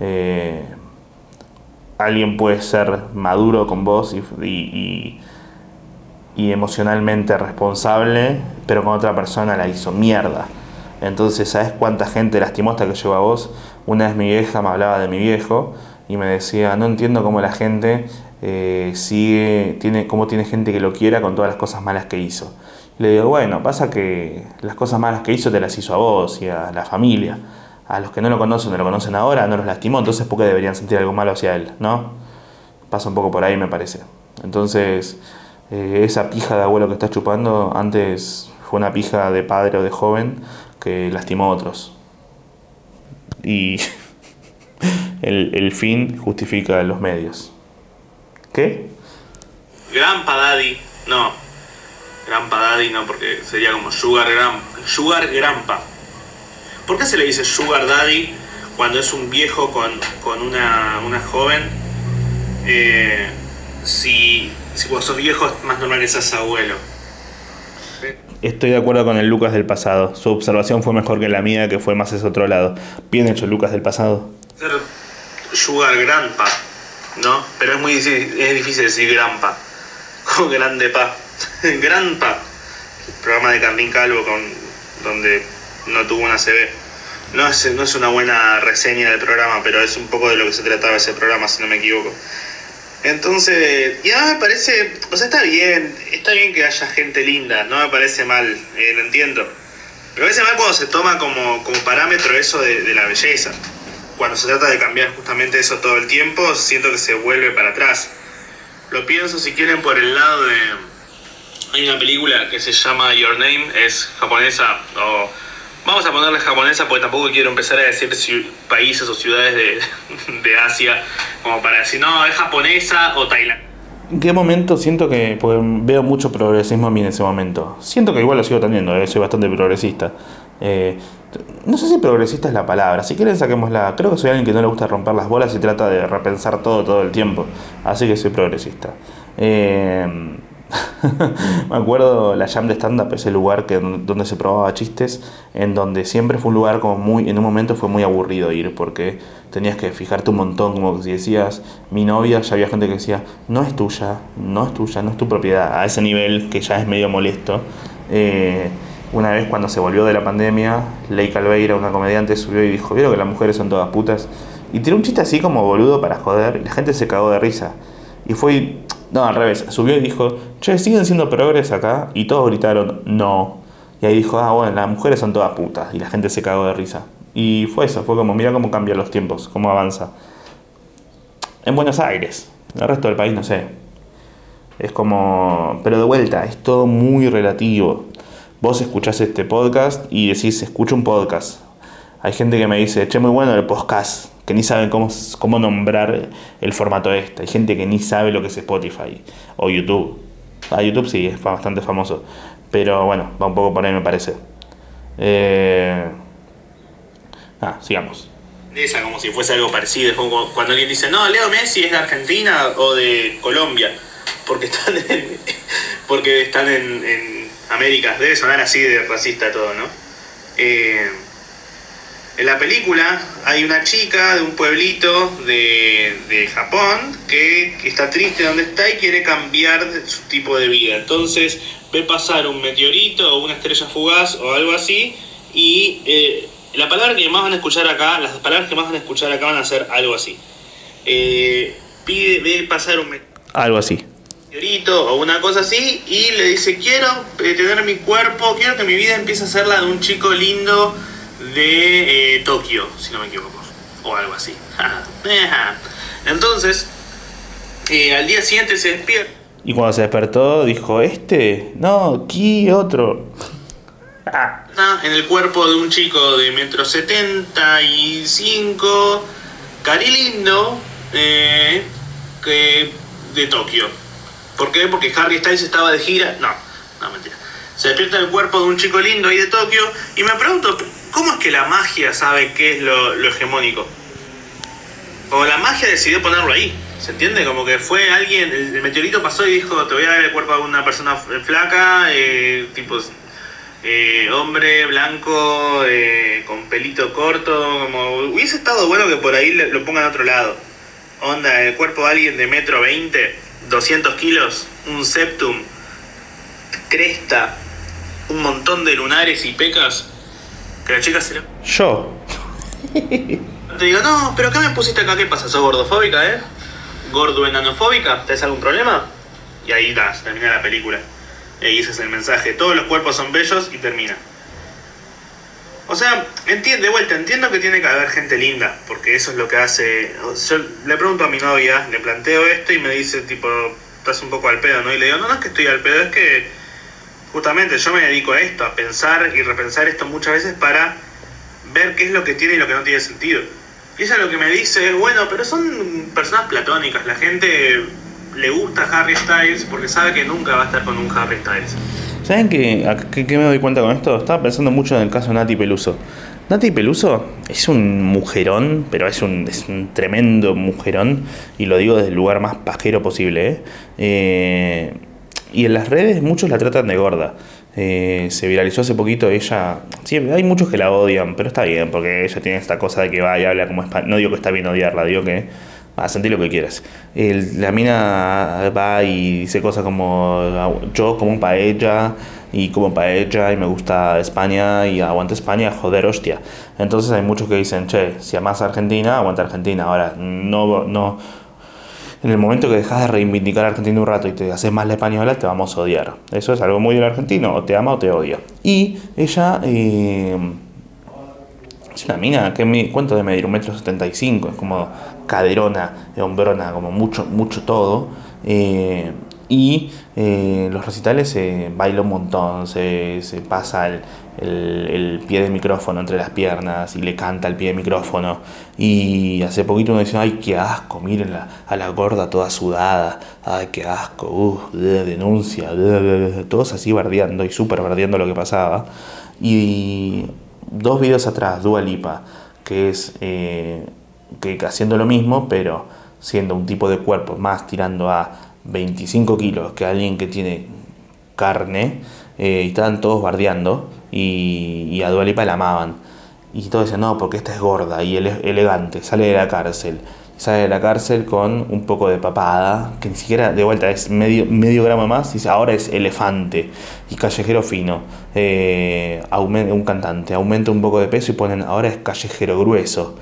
Speaker 1: Alguien puede ser maduro con vos y emocionalmente responsable, pero con otra persona la hizo mierda. Entonces, ¿sabes cuánta gente lastimó hasta que llegó a vos? Una vez mi vieja me hablaba de mi viejo y me decía, no entiendo cómo la gente cómo tiene gente que lo quiera con todas las cosas malas que hizo. Y le digo, bueno, pasa que las cosas malas que hizo te las hizo a vos y a la familia. A los que no lo conocen ahora, no los lastimó, entonces ¿por qué deberían sentir algo malo hacia él? ¿No? Pasa un poco por ahí, me parece. Entonces, esa pija de abuelo que estás chupando antes fue una pija de padre o de joven que lastimó a otros. Y el fin justifica los medios. ¿Qué?
Speaker 2: Grandpa Daddy, no. Grandpa Daddy no, porque sería como Sugar Grandpa. ¿Por qué se le dice Sugar Daddy cuando es un viejo con una joven? Si vos sos viejo es más normal que seas abuelo.
Speaker 1: Estoy de acuerdo con el Lucas del pasado. Su observación fue mejor que la mía, que fue más ese otro lado. Bien hecho, Lucas del pasado.
Speaker 2: Ser Sugar Grandpa, ¿no? Pero es difícil decir Grandpa. Como grande pa. Grandpa. El programa de Carlín Calvo donde no tuvo una CB. No es una buena reseña del programa, pero es un poco de lo que se trataba ese programa, si no me equivoco. Entonces, ya me parece, está bien que haya gente linda, no me parece mal, lo entiendo. Me parece mal cuando se toma como parámetro eso de la belleza. Cuando se trata de cambiar justamente eso todo el tiempo, siento que se vuelve para atrás. Lo pienso, si quieren, por el lado de... Hay una película que se llama Your Name, es japonesa, vamos a ponerle japonesa porque tampoco quiero empezar a decir países o ciudades de Asia como para decir, no, es japonesa o Tailandia.
Speaker 1: ¿En qué momento siento que... Porque veo mucho progresismo a mí en ese momento. Siento que igual lo sigo teniendo, soy bastante progresista. No sé si progresista es la palabra. Si quieren saquémosla. Creo que soy alguien que no le gusta romper las bolas y trata de repensar todo el tiempo. Así que soy progresista. Me acuerdo la Jam de stand-up, ese lugar donde se probaba chistes, en donde siempre fue un lugar como en un momento fue muy aburrido ir, porque tenías que fijarte un montón, como que si decías mi novia, ya había gente que decía no es tuya, no es tu propiedad, a ese nivel que ya es medio molesto. Una vez cuando se volvió de la pandemia, Ley Calveira, una comediante, subió y dijo, ¿vieron que las mujeres son todas putas? Y tiró un chiste así como boludo para joder, y la gente se cagó de risa. Y fue... No, al revés, subió y dijo, che, ¿siguen siendo progres acá? Y todos gritaron, no. Y ahí dijo, bueno, las mujeres son todas putas. Y la gente se cagó de risa. Y fue eso, fue como, mira cómo cambian los tiempos, cómo avanza. En Buenos Aires, en el resto del país no sé. Es como... Pero de vuelta, es todo muy relativo. Vos escuchás este podcast y decís, escucho un podcast. Hay gente que me dice, che, muy bueno el podcast, que ni saben cómo nombrar el formato este. Hay gente que ni sabe lo que es Spotify o YouTube. YouTube sí, es bastante famoso. Pero bueno, va un poco por ahí me parece. Sigamos.
Speaker 2: Esa como si fuese algo parecido. Es como cuando alguien dice, no, Leo Messi es de Argentina o de Colombia. Porque están en América. Debe sonar así de racista todo, ¿no? En la película hay una chica de un pueblito de Japón que está triste donde está y quiere cambiar su tipo de vida. Entonces ve pasar un meteorito o una estrella fugaz o algo así y las palabras que más van a escuchar acá van a ser algo así. Ve pasar un
Speaker 1: algo así.
Speaker 2: Meteorito o una cosa así y le dice, quiero tener mi cuerpo, quiero que mi vida empiece a ser la de un chico lindo de Tokio, si no me equivoco, o algo así. Entonces, al día siguiente se despierta.
Speaker 1: Y cuando se despertó, dijo, no, ¿qué otro?
Speaker 2: En el cuerpo de un chico de 1,75 m, carilindo, de Tokio. ¿Por qué? Porque Harry Styles estaba de gira. No, mentira. Se despierta el cuerpo de un chico lindo ahí de Tokio y me pregunto, ¿cómo es que la magia sabe qué es lo hegemónico? O la magia decidió ponerlo ahí, ¿se entiende? Como que fue alguien, el meteorito pasó y dijo, te voy a dar el cuerpo de una persona flaca, hombre, blanco, con pelito corto, como hubiese estado bueno que por ahí lo pongan a otro lado. Onda, el cuerpo de alguien de 1,20 m, 200 kilos, un septum, cresta, un montón de lunares y pecas, que la chica se lo...
Speaker 1: Yo.
Speaker 2: Te digo, no, pero ¿qué me pusiste acá? ¿Qué pasa? ¿Sos gordofóbica, gordo-enanofóbica? ¿Tenés algún problema? Y ahí se termina la película. Y ese es el mensaje. Todos los cuerpos son bellos y termina. O sea, entiendo que tiene que haber gente linda, porque eso es lo que hace... Yo le pregunto a mi novia, le planteo esto y me dice, tipo, estás un poco al pedo, ¿no? Y le digo, no es que estoy al pedo, es que justamente yo me dedico a esto, a pensar y repensar esto muchas veces para ver qué es lo que tiene y lo que no tiene sentido. Y ella lo que me dice es, bueno, pero son personas platónicas, la gente le gusta Harry Styles porque sabe que nunca va a estar con un Harry Styles.
Speaker 1: ¿Saben qué me doy cuenta con esto? Estaba pensando mucho en el caso de Nati Peluso. Nati Peluso es un mujerón, pero es un tremendo mujerón, y lo digo desde el lugar más pajero posible, y en las redes muchos la tratan de gorda. Se viralizó hace poquito ella. Sí, hay muchos que la odian, pero está bien, porque ella tiene esta cosa de que va y habla como español. No digo que está bien odiarla, digo que sentí lo que quieras. La mina va y dice cosas como, yo como paella y como paella y me gusta España y aguanta España, joder, hostia. Entonces hay muchos que dicen, che, si amás a Argentina, aguanta Argentina. Ahora, no. En el momento que dejas de reivindicar a Argentina un rato y te haces más la española, te vamos a odiar. Eso es algo muy del argentino, o te ama o te odia. Y ella es una mina que ¿cuánto de medir? 1,75 m, es como caderona, hombrona, como mucho todo. Y los recitales baila un montón, se pasa el pie de micrófono entre las piernas y le canta el pie de micrófono. Y hace poquito uno dice, ay, qué asco, miren a la gorda toda sudada, ay, qué asco, denuncia, todos así bardeando y súper bardeando lo que pasaba. Y 2 videos atrás, Dua Lipa, que es que haciendo lo mismo, pero siendo un tipo de cuerpo más tirando a 25 kilos que alguien que tiene carne, y estaban todos bardeando y a Dua Lipa la amaban y todos decían, no, porque esta es gorda y él es elegante, sale de la cárcel con un poco de papada, que ni siquiera, de vuelta, es medio gramo más, y dice, ahora es elefante y callejero fino, un cantante aumenta un poco de peso y ponen, ahora es callejero grueso.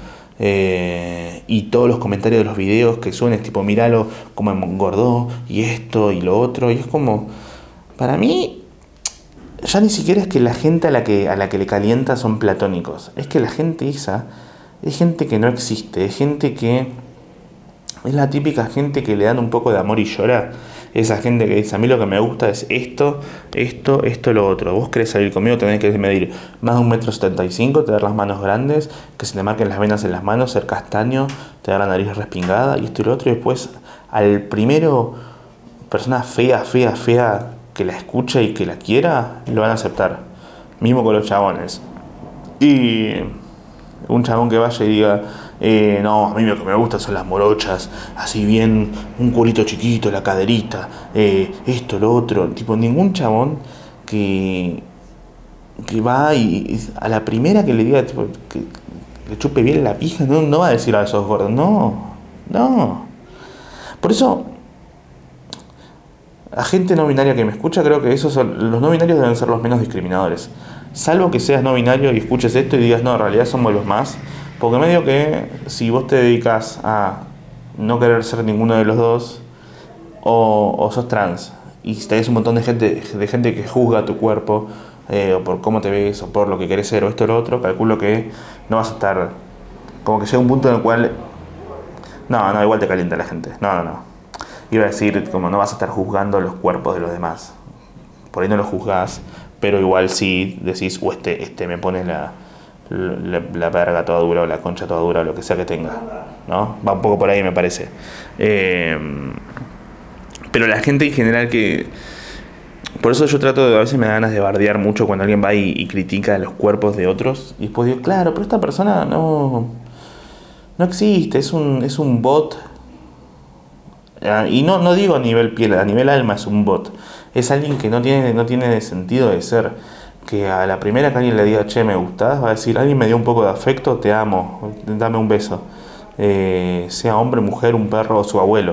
Speaker 1: Y todos los comentarios de los videos que suben es tipo, míralo como engordó y esto y lo otro, y es como, para mí ya ni siquiera es que la gente a la que le calienta son platónicos, es que la gente esa es gente que no existe, es gente que es la típica gente que le dan un poco de amor y llora, Esa gente que dice, a mí lo que me gusta es esto, lo otro. Vos querés salir conmigo, tenés que medir más de 1,75 m, tener las manos grandes, que se te marquen las venas en las manos, ser castaño, tener la nariz respingada, y esto y lo otro. Y después, al primero, persona fea, que la escuche y que la quiera, lo van a aceptar. Mismo con los chabones. Y un chabón que vaya y diga, no, a mí lo que me gusta son las morochas, así bien, un culito chiquito, la caderita, esto, lo otro. Tipo, ningún chabón que va y a la primera que le diga, tipo, que le chupe bien la pija, no va a decir, sos gordo. No. Por eso, la gente no binaria que me escucha, creo que los no binarios deben ser los menos discriminadores. Salvo que seas no binario y escuches esto y digas, no, en realidad somos los más. Porque medio que si vos te dedicas a no querer ser ninguno de los dos, o sos trans, y tenés un montón de gente que juzga tu cuerpo, o por cómo te ves, o por lo que querés ser, o esto o lo otro, calculo que no vas a estar... Como que llega un punto en el cual... No, igual te calienta la gente. No. Iba a decir, como no vas a estar juzgando los cuerpos de los demás. Por ahí no los juzgás, pero igual sí decís, este me pone la verga toda dura, o la concha toda dura, o lo que sea que tenga, ¿no? Va un poco por ahí, me parece. Pero la gente en general que... Por eso yo trato de... A veces me da ganas de bardear mucho cuando alguien va y critica los cuerpos de otros. Y después digo, claro, pero esta persona no existe, es un bot. Y no digo a nivel piel, a nivel alma es un bot. Es alguien que no tiene sentido de ser. Que a la primera que alguien le diga, che, me gustás, va a decir, alguien me dio un poco de afecto, te amo, dame un beso. Sea hombre, mujer, un perro o su abuelo.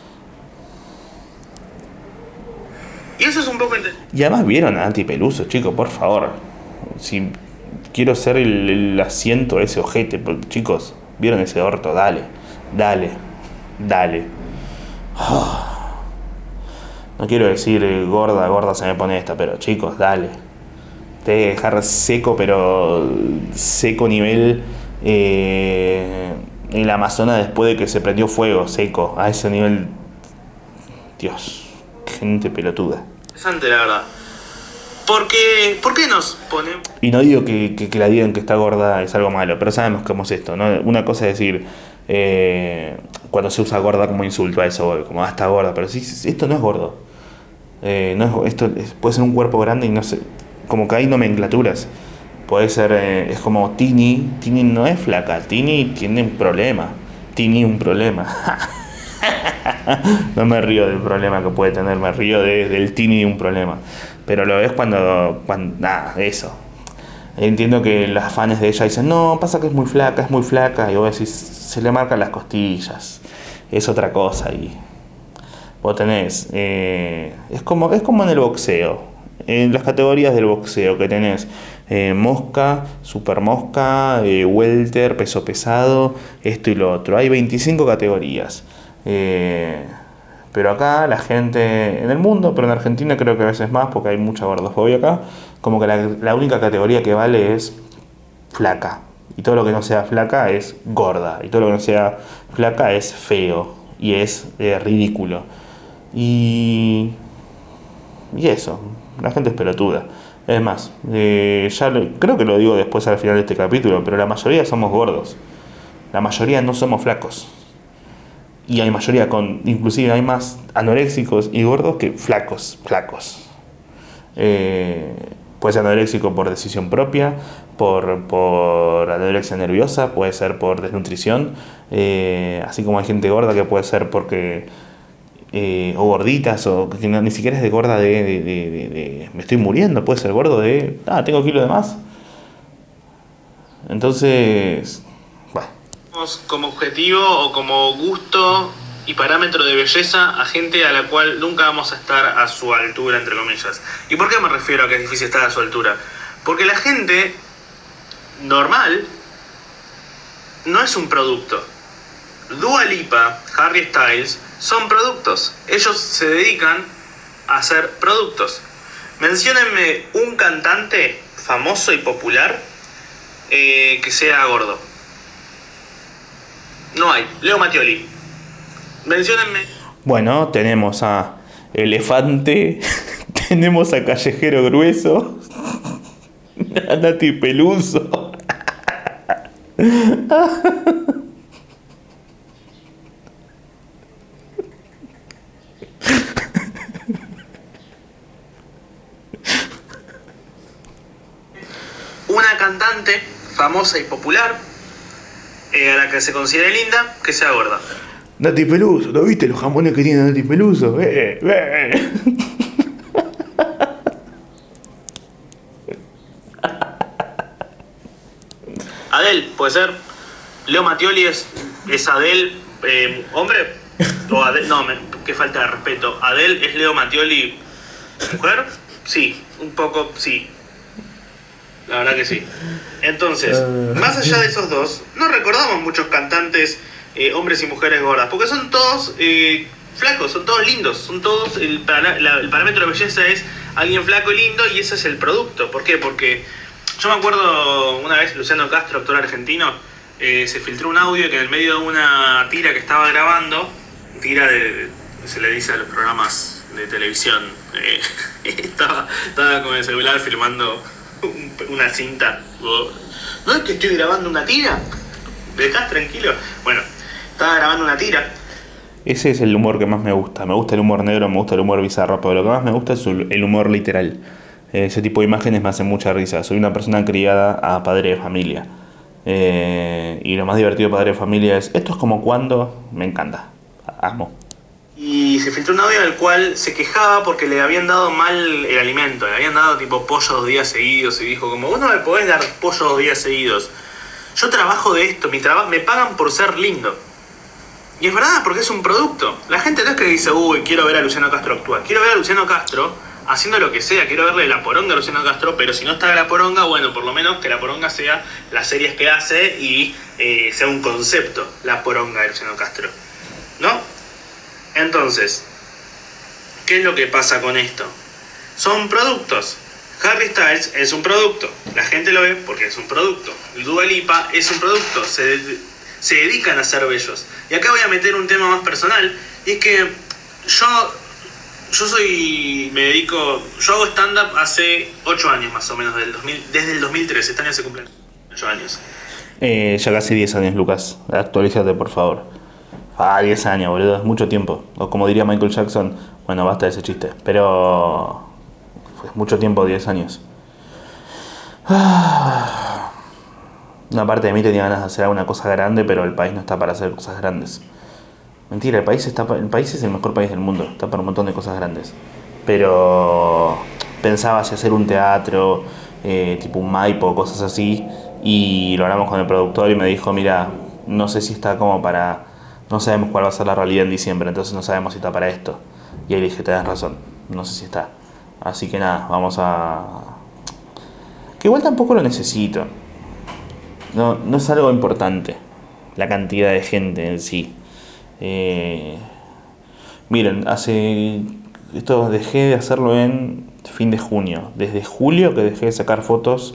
Speaker 2: Y eso es un poco...
Speaker 1: Y además vieron a Nati Peluso, chicos, por favor. Si quiero ser el asiento ese ojete, chicos, vieron ese orto, dale. No quiero decir gorda se me pone esta, pero chicos, dale. Te voy a dejar seco, pero seco nivel el Amazonas después de que se prendió fuego, seco, a ese nivel. Dios, gente pelotuda.
Speaker 2: Interesante, la verdad. ¿Por qué nos ponemos?
Speaker 1: Y no digo que la digan que está gorda es algo malo, pero sabemos cómo es esto, ¿no? Una cosa es decir, cuando se usa gorda como insulto, a eso, como está gorda, pero si esto no es gordo. Puede ser un cuerpo grande y no sé, como que hay nomenclaturas. Puede ser, es como Tini no es flaca, Tini tiene un problema. No me río del problema que puede tener, me río del Tini un problema. Pero lo ves cuando eso. Entiendo que las fans de ella dicen, no, pasa que es muy flaca, y vos decís, se le marcan las costillas, es otra cosa, y vos tenés, es como en el boxeo, en las categorías del boxeo que tenés, mosca, super mosca, welter, peso pesado, esto y lo otro, hay 25 categorías, pero acá la gente, en el mundo, pero en Argentina creo que a veces más, porque hay mucha gordofobia acá, como que la única categoría que vale es flaca, y todo lo que no sea flaca es gorda, y todo lo que no sea flaca es feo, y es ridículo, y eso, la gente es pelotuda. Es más, creo que lo digo después al final de este capítulo, pero la mayoría somos gordos, la mayoría no somos flacos. Y hay mayoría inclusive hay más anoréxicos y gordos que flacos. Puede ser anoréxico por decisión propia, por anorexia nerviosa, puede ser por desnutrición, así como hay gente gorda que puede ser porque o gorditas, o que ni siquiera es de gorda de me estoy muriendo, puede ser gordo de tengo kilos de más. Entonces, bueno,
Speaker 2: como objetivo o como gusto y parámetro de belleza a gente a la cual nunca vamos a estar a su altura, entre comillas. ¿Y por qué me refiero a que es difícil estar a su altura? Porque la gente normal no es un producto. Dua Lipa, Harry Styles son productos. Ellos se dedican a hacer productos. Menciónenme un cantante famoso y popular que sea gordo. No hay. Leo Mattioli. Menciónenme.
Speaker 1: Bueno, tenemos a Elefante. Tenemos a Callejero Grueso. A Nati Peluso.
Speaker 2: Una cantante famosa y popular, a la que se considere linda, que sea gorda.
Speaker 1: Nati Peluso, ¿lo viste los jamones que tiene Nati Peluso?
Speaker 2: Adele, puede ser. Leo Mattioli es Adele, hombre. O Adele, no, qué falta de respeto. Adele es Leo Mattioli, mujer. Sí, un poco, sí. La verdad que sí. Entonces, más allá de esos dos, no recordamos muchos cantantes, hombres y mujeres gordas, porque son todos flacos, son todos lindos, son todos, el parámetro de belleza es alguien flaco y lindo, y ese es el producto. ¿Por qué? Porque yo me acuerdo una vez Luciano Castro, actor argentino, se filtró un audio que en el medio de una tira que estaba grabando, se le dice a los programas de televisión, estaba con el celular filmando una cinta. ¿No es que estoy grabando una tira? ¿Me dejás tranquilo? Bueno, estaba grabando una tira.
Speaker 1: Ese es el humor que más me gusta. Me gusta el humor negro, me gusta el humor bizarro, pero lo que más me gusta es el humor literal. Ese tipo de imágenes me hacen mucha risa. Soy una persona criada a padre de familia. Y lo más divertido de padre de familia es, esto es como cuando, me encanta. Amo.
Speaker 2: Y se filtró un audio en el cual se quejaba porque le habían dado mal el alimento. Le habían dado tipo pollo 2 días seguidos. Y dijo como, vos no me podés dar pollo 2 días seguidos. Yo trabajo de esto, me pagan por ser lindo. Y es verdad, porque es un producto. La gente no es que dice, uy, quiero ver a Luciano Castro actuar. Quiero ver a Luciano Castro haciendo lo que sea. Quiero verle la poronga a Luciano Castro, pero si no está la poronga, bueno, por lo menos que la poronga sea las series que hace y sea un concepto, la poronga de Luciano Castro, ¿no? Entonces, ¿qué es lo que pasa con esto? Son productos. Harry Styles es un producto. La gente lo ve porque es un producto. Dua Lipa es un producto. Se dedican a ser bellos. Y acá voy a meter un tema más personal. Y es que yo hago stand-up hace 8 años más o menos, desde el 2013. Este año se cumplen 8 años.
Speaker 1: Ya casi 10 años, Lucas. Actualízate, por favor. 10 años, boludo, es mucho tiempo. O como diría Michael Jackson, bueno, basta de ese chiste. Pero fue mucho tiempo, 10 años. Una parte de mí tenía ganas de hacer alguna cosa grande, pero el país no está para hacer cosas grandes. Mentira, el país es el mejor país del mundo, está para un montón de cosas grandes. Pero pensaba si hacer un teatro, tipo un Maipo, cosas así. Y lo hablamos con el productor y me dijo, mira, no sé si está como para... No sabemos cuál va a ser la realidad en diciembre, entonces no sabemos si está para esto. Y ahí dije, tenés razón, no sé si está. Así que nada, vamos a... Que igual tampoco lo necesito. No es algo importante, la cantidad de gente en sí. Miren, esto dejé de hacerlo en fin de junio. Desde julio que dejé de sacar fotos...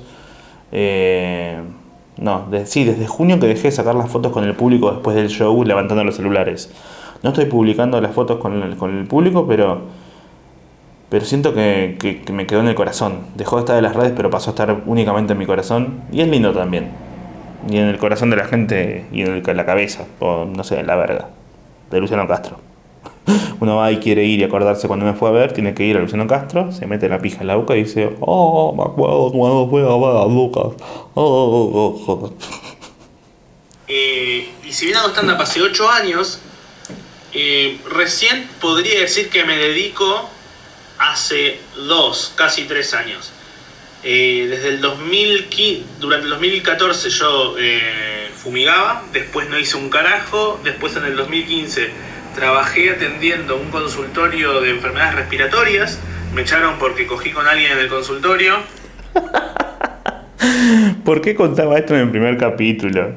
Speaker 1: desde junio que dejé de sacar las fotos con el público después del show levantando los celulares. No estoy publicando las fotos con el público, pero siento que me quedó en el corazón. Dejó de estar en las redes, pero pasó a estar únicamente en mi corazón. Y es lindo también. Y en el corazón de la gente y en la cabeza, o no sé, en la verga, de Luciano Castro. Uno va y quiere ir y acordarse cuando me fue a ver, tiene que ir a Luciano Castro, se mete la pija en la boca y dice, oh, me acuerdo cuando fui a ver a Lucas.
Speaker 2: Y si bien hago stand-up hace 8 años, recién podría decir que me dedico hace 2, casi 3 años. Desde el 2015, durante el 2014 yo fumigaba, después no hice un carajo, después en el 2015 trabajé atendiendo un consultorio de enfermedades respiratorias, me echaron porque cogí con alguien en el consultorio.
Speaker 1: ¿Por qué contaba esto en el primer capítulo?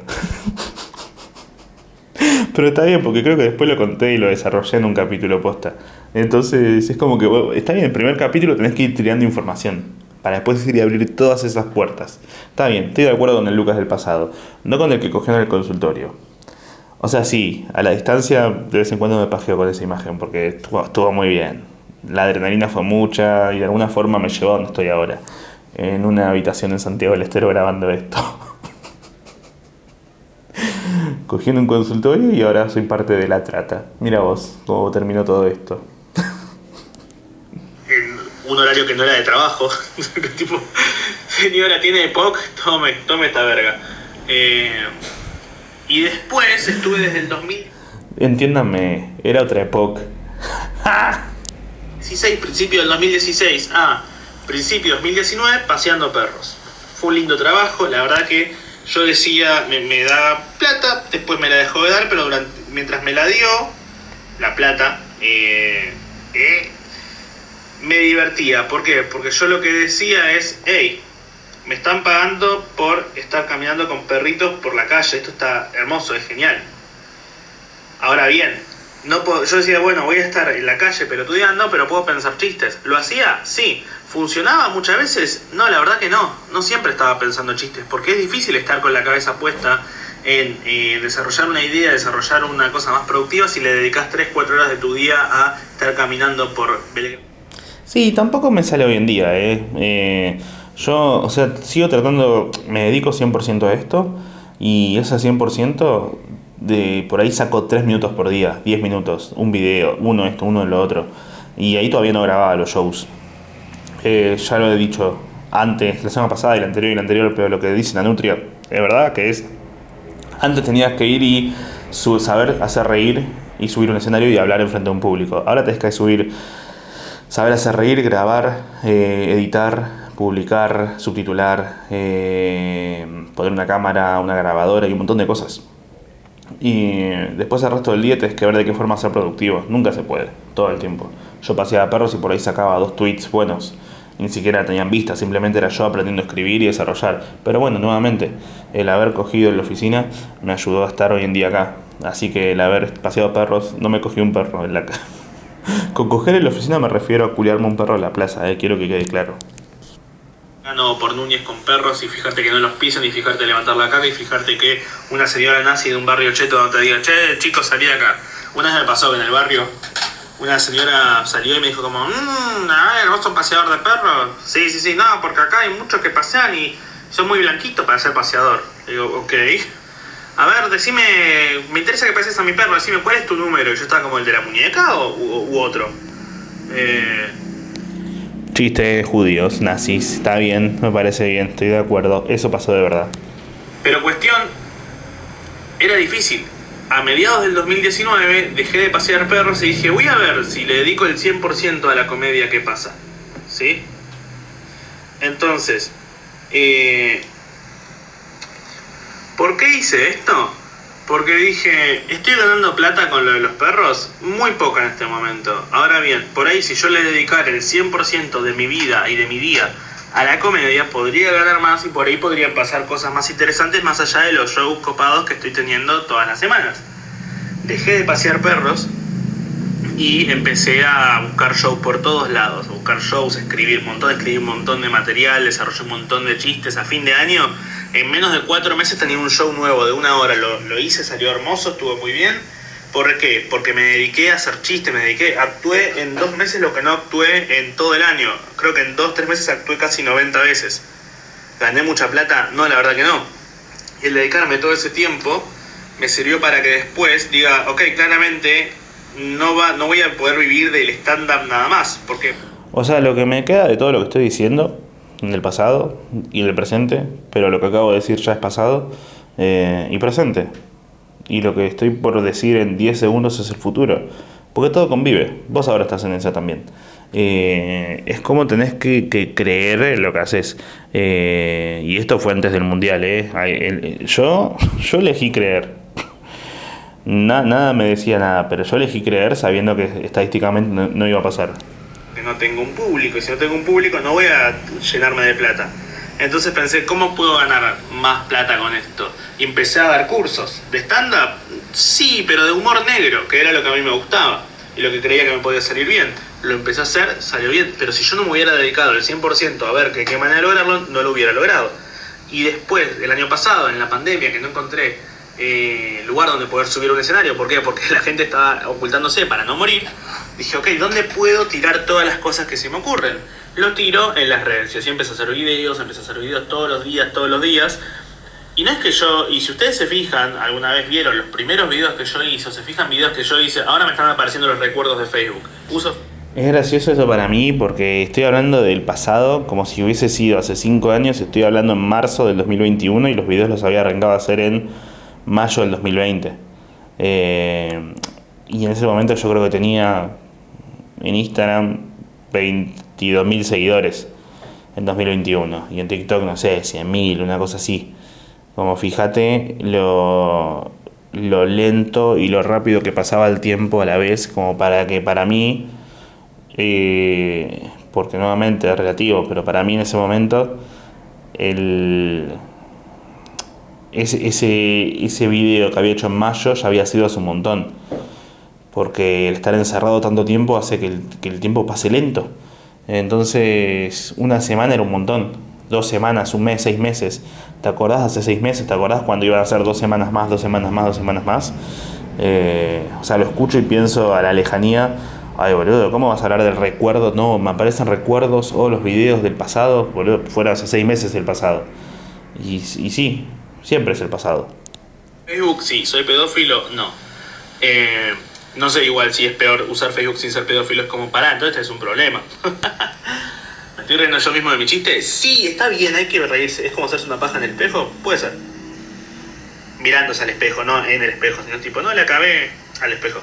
Speaker 1: Pero está bien, porque creo que después lo conté y lo desarrollé en un capítulo posta. Entonces es como que, bueno, está bien, el primer capítulo tenés que ir tirando información para después ir a abrir todas esas puertas. Está bien, estoy de acuerdo con el Lucas del pasado, no con el que cogió en el consultorio. O sea, sí, a la distancia de vez en cuando me pajeo con esa imagen porque estuvo muy bien. la adrenalina fue mucha y de alguna forma me llevó a donde estoy ahora, en una habitación en Santiago del Estero grabando esto. Cogiendo un consultorio y ahora soy parte de la trata. Mira vos cómo terminó todo esto.
Speaker 2: En un horario que no era de trabajo. Tipo, señora, ¿tiene EPOC? Tome esta verga. Y después estuve desde el 2000.
Speaker 1: Entiéndanme, era otra época.
Speaker 2: 16, principio del 2016 a principio del 2019, paseando perros. Fue un lindo trabajo, la verdad que yo decía, me daba plata, después me la dejó de dar, pero mientras me la dio, la plata, me divertía. ¿Por qué? Porque yo lo que decía es, hey, me están pagando por estar caminando con perritos por la calle, esto está hermoso, es genial. Ahora bien, no puedo, yo decía, bueno, voy a estar en la calle pelotudeando, pero puedo pensar chistes. ¿Lo hacía? Sí. ¿Funcionaba muchas veces? No, la verdad que no. No siempre estaba pensando chistes, porque es difícil estar con la cabeza puesta en desarrollar una idea, desarrollar una cosa más productiva si le dedicas 3-4 horas de tu día a estar caminando por Belgrano.
Speaker 1: Sí, tampoco me sale hoy en día, Yo, o sea, sigo tratando, me dedico 100% a esto y ese 100% por ahí saco 3 minutos por día, 10 minutos, un video, uno esto, uno lo otro. Y ahí todavía no grababa los shows. Ya lo he dicho antes, la semana pasada y la anterior, pero lo que dice la Nutria, es verdad que es... Antes tenías que ir y saber hacer reír y subir un escenario y hablar enfrente a un público. Ahora tenés que saber hacer reír, grabar, editar, publicar, subtitular, poner una cámara, una grabadora y un montón de cosas. Y después el resto del día tenés que ver de qué forma ser productivo. Nunca se puede, todo el tiempo. Yo paseaba perros y por ahí sacaba 2 tweets buenos. Ni siquiera tenían vistas, simplemente era yo aprendiendo a escribir y desarrollar. Pero bueno, nuevamente, el haber cogido en la oficina me ayudó a estar hoy en día acá. Así que el haber paseado perros, no me cogí un perro en la casa. Con coger en la oficina me refiero a culiarme un perro en la plaza, quiero que quede claro.
Speaker 2: No, por Núñez con perros y fijarte que no los pisan y fijarte levantar la caca y fijarte que una señora nazi de un barrio cheto donde te diga, che, chicos, salí de acá. Una vez me pasó que en el barrio una señora salió y me dijo como, a ver, ¿vos sos paseador de perros? Sí, no, porque acá hay muchos que pasean y son muy blanquitos para ser paseador. Le digo, ok. A ver, decime, me interesa que pases a mi perro, decime cuál es tu número. Y yo estaba como el de la muñeca u otro.
Speaker 1: Chistes judíos, nazis, está bien, me parece bien, estoy de acuerdo, eso pasó de verdad.
Speaker 2: Pero cuestión, era difícil. A mediados del 2019 dejé de pasear perros y dije, voy a ver si le dedico el 100% a la comedia que pasa. ¿Sí? Entonces, ¿por qué hice esto? Porque dije, estoy ganando plata con lo de los perros, muy poca en este momento. Ahora bien, por ahí si yo le dedicara el 100% de mi vida y de mi día a la comedia, podría ganar más y por ahí podrían pasar cosas más interesantes más allá de los shows copados que estoy teniendo todas las semanas. Dejé de pasear perros y empecé a buscar shows por todos lados, a buscar shows, escribir un montón de material, desarrollé un montón de chistes. A fin de año, en menos de 4 meses tenía un show nuevo de 1 hora, lo hice, salió hermoso, estuvo muy bien. ¿Por qué? Porque me dediqué a hacer chistes, actué en 2 meses lo que no actué en todo el año. Creo que en 2-3 meses actué casi 90 veces. ¿Gané mucha plata? No, la verdad que no. Y el dedicarme todo ese tiempo me sirvió para que después diga, ok, claramente no voy a poder vivir del stand-up nada más. ¿Por qué?
Speaker 1: O sea, lo que me queda de todo lo que estoy diciendo, en el pasado y en el presente, pero lo que acabo de decir ya es pasado y presente. Y lo que estoy por decir en 10 segundos es el futuro. Porque todo convive. Vos ahora estás en esa también. Es como tenés que creer en lo que haces. Y esto fue antes del mundial. Yo elegí creer. Nada me decía nada, pero yo elegí creer sabiendo que estadísticamente no iba a pasar.
Speaker 2: Que no tengo un público. Y si no tengo un público no voy a llenarme de plata. Entonces pensé, ¿cómo puedo ganar más plata con esto? Y empecé a dar cursos. ¿De stand-up? Sí, pero de humor negro, que era lo que a mí me gustaba. Y lo que creía que me podía salir bien. Lo empecé a hacer, salió bien. Pero si yo no me hubiera dedicado el 100% a ver qué manera de lograrlo, no lo hubiera logrado. Y después, el año pasado, en la pandemia, que no encontré lugar donde poder subir un escenario. ¿Por qué? Porque la gente estaba ocultándose para no morir. Dije, dije, ok, ¿dónde puedo tirar todas las cosas que se me ocurren? Lo tiro en las redes. Y así empecé a hacer videos todos los días. Y no es que y si ustedes se fijan, alguna vez vieron los primeros videos que yo hice, o se fijan videos que yo hice, ahora me están apareciendo los recuerdos de Facebook.
Speaker 1: Es gracioso eso para mí porque estoy hablando del pasado como si hubiese sido hace 5 años. Estoy hablando en marzo del 2021 y los videos los había arrancado a hacer en mayo del 2020. Y en ese momento yo creo que tenía en Instagram 22.000 seguidores en 2021. Y en TikTok, no sé, 100.000, una cosa así. Como fíjate lo lento y lo rápido que pasaba el tiempo a la vez, como para que para mí, porque nuevamente es relativo, pero para mí en ese momento ese video que había hecho en mayo ya había sido hace un montón, porque el estar encerrado tanto tiempo hace que el tiempo pase lento. Entonces una semana era un montón, 2 semanas, un mes, 6 meses. ¿Te acordás hace 6 meses? ¿Te acordás cuando iban a ser 2 semanas más, 2 semanas más, 2 semanas más? O sea, lo escucho y pienso a la lejanía. Ay, boludo, ¿cómo vas a hablar del recuerdo? No, me aparecen recuerdos o los videos del pasado, boludo, fuera hace 6 meses el pasado. Y sí, siempre es el pasado.
Speaker 2: Facebook, sí, soy pedófilo, no. No sé igual si es peor usar Facebook sin ser pedófilo, es como pará, entonces es un problema. ¿Me estoy riendo yo mismo de mi chiste? Sí, está bien, hay que reírse. ¿Es como hacerse una paja en el espejo? Puede ser. Mirándose al espejo, no en el espejo, sino tipo, no le acabé al espejo.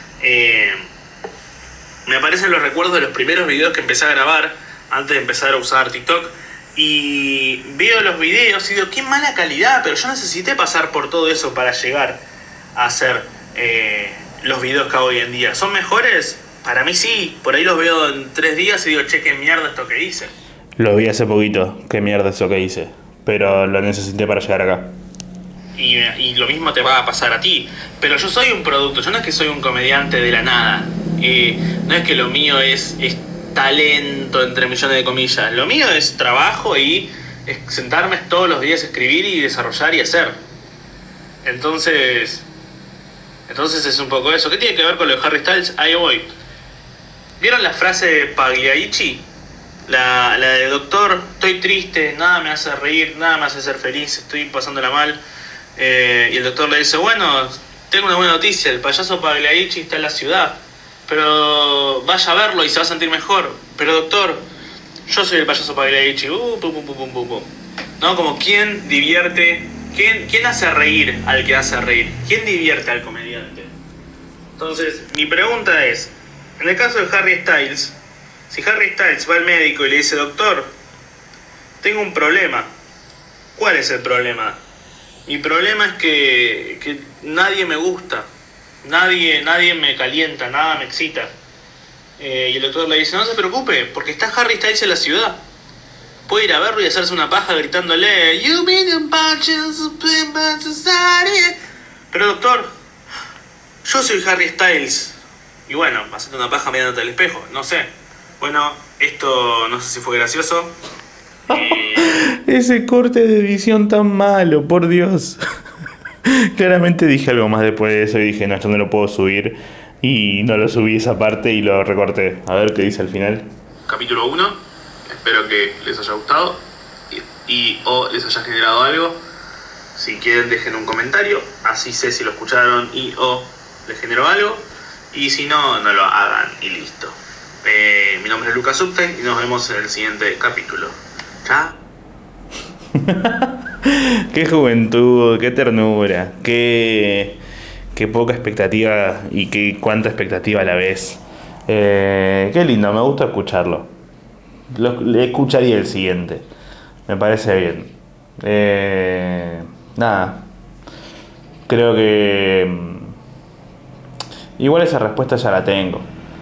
Speaker 2: Me aparecen los recuerdos de los primeros videos que empecé a grabar antes de empezar a usar TikTok. Y veo los videos y digo, qué mala calidad, pero yo necesité pasar por todo eso para llegar a hacer los videos que hago hoy en día. ¿Son mejores? Para mí sí, por ahí los veo en 3 días y digo, che, qué mierda esto que hice.
Speaker 1: Lo vi hace poquito, qué mierda eso que hice, pero lo necesité para llegar acá.
Speaker 2: Y lo mismo te va a pasar a ti. Pero yo soy un producto, yo no es que soy un comediante de la nada. No es que lo mío es talento, entre millones de comillas. Lo mío es trabajo y es sentarme todos los días a escribir y desarrollar y hacer. Entonces es un poco eso. ¿Qué tiene que ver con lo de Harry Styles? Ahí voy. ¿Vieron la frase de Pagliaici? La de doctor, estoy triste, nada me hace reír, nada me hace ser feliz, estoy pasándola mal. Y el doctor le dice, bueno, tengo una buena noticia, el payaso Pagliaici está en la ciudad, pero vaya a verlo y se va a sentir mejor. Pero doctor, yo soy el payaso Pagliaici. ¿No? Como quién divierte, quién hace reír al que hace reír, quién divierte al comediante. Entonces, mi pregunta es, en el caso de Harry Styles, si Harry Styles va al médico y le dice, doctor, tengo un problema. ¿Cuál es el problema? Mi problema es que nadie me gusta, nadie me calienta, nada me excita. Y el doctor le dice, no se preocupe, porque está Harry Styles en la ciudad. Puede ir a verlo y hacerse una paja gritándole, "You been in society". Pero doctor, yo soy Harry Styles. Y bueno, hacerte una paja mirándote al espejo, no sé. Bueno, esto no sé si fue gracioso.
Speaker 1: Ese corte de edición tan malo, por Dios. Claramente dije algo más después de eso y dije, no, esto no lo puedo subir. Y no lo subí esa parte y lo recorté. A ver qué dice al final.
Speaker 2: Capítulo 1. Espero que les haya gustado o les haya generado algo. Si quieren, dejen un comentario. Así sé si lo escucharon o les generó algo. Y si no, no lo hagan y listo. Mi nombre es Lucas Upstein y nos vemos en el siguiente capítulo. Chao.
Speaker 1: Qué juventud, qué ternura, qué poca expectativa y cuánta expectativa a la vez. Qué lindo, me gusta escucharlo. Le escucharía el siguiente. Me parece bien. Nada. Creo que igual esa respuesta ya la tengo.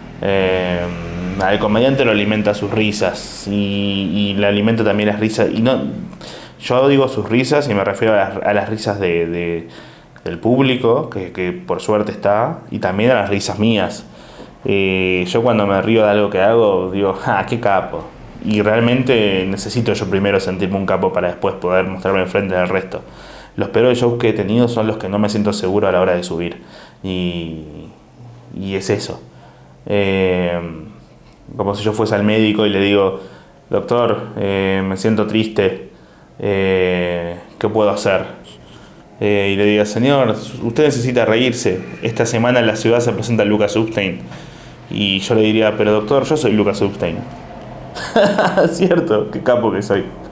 Speaker 1: Al comediante lo alimenta sus risas y le alimenta también las risas. Y no, yo digo sus risas y me refiero a las risas del público, que por suerte está, y también a las risas mías. Yo cuando me río de algo que hago, digo, qué capo. Y realmente necesito yo primero sentirme un capo para después poder mostrarme enfrente del resto. Los peores shows que he tenido son los que no me siento seguro a la hora de subir. Y es eso. como si yo fuese al médico y le digo, doctor, me siento triste, ¿qué puedo hacer? Y le diga, señor, usted necesita reírse, esta semana en la ciudad se presenta Lucas Upstein. Y yo le diría, pero doctor, yo soy Lucas Upstein. Cierto, qué capo que soy.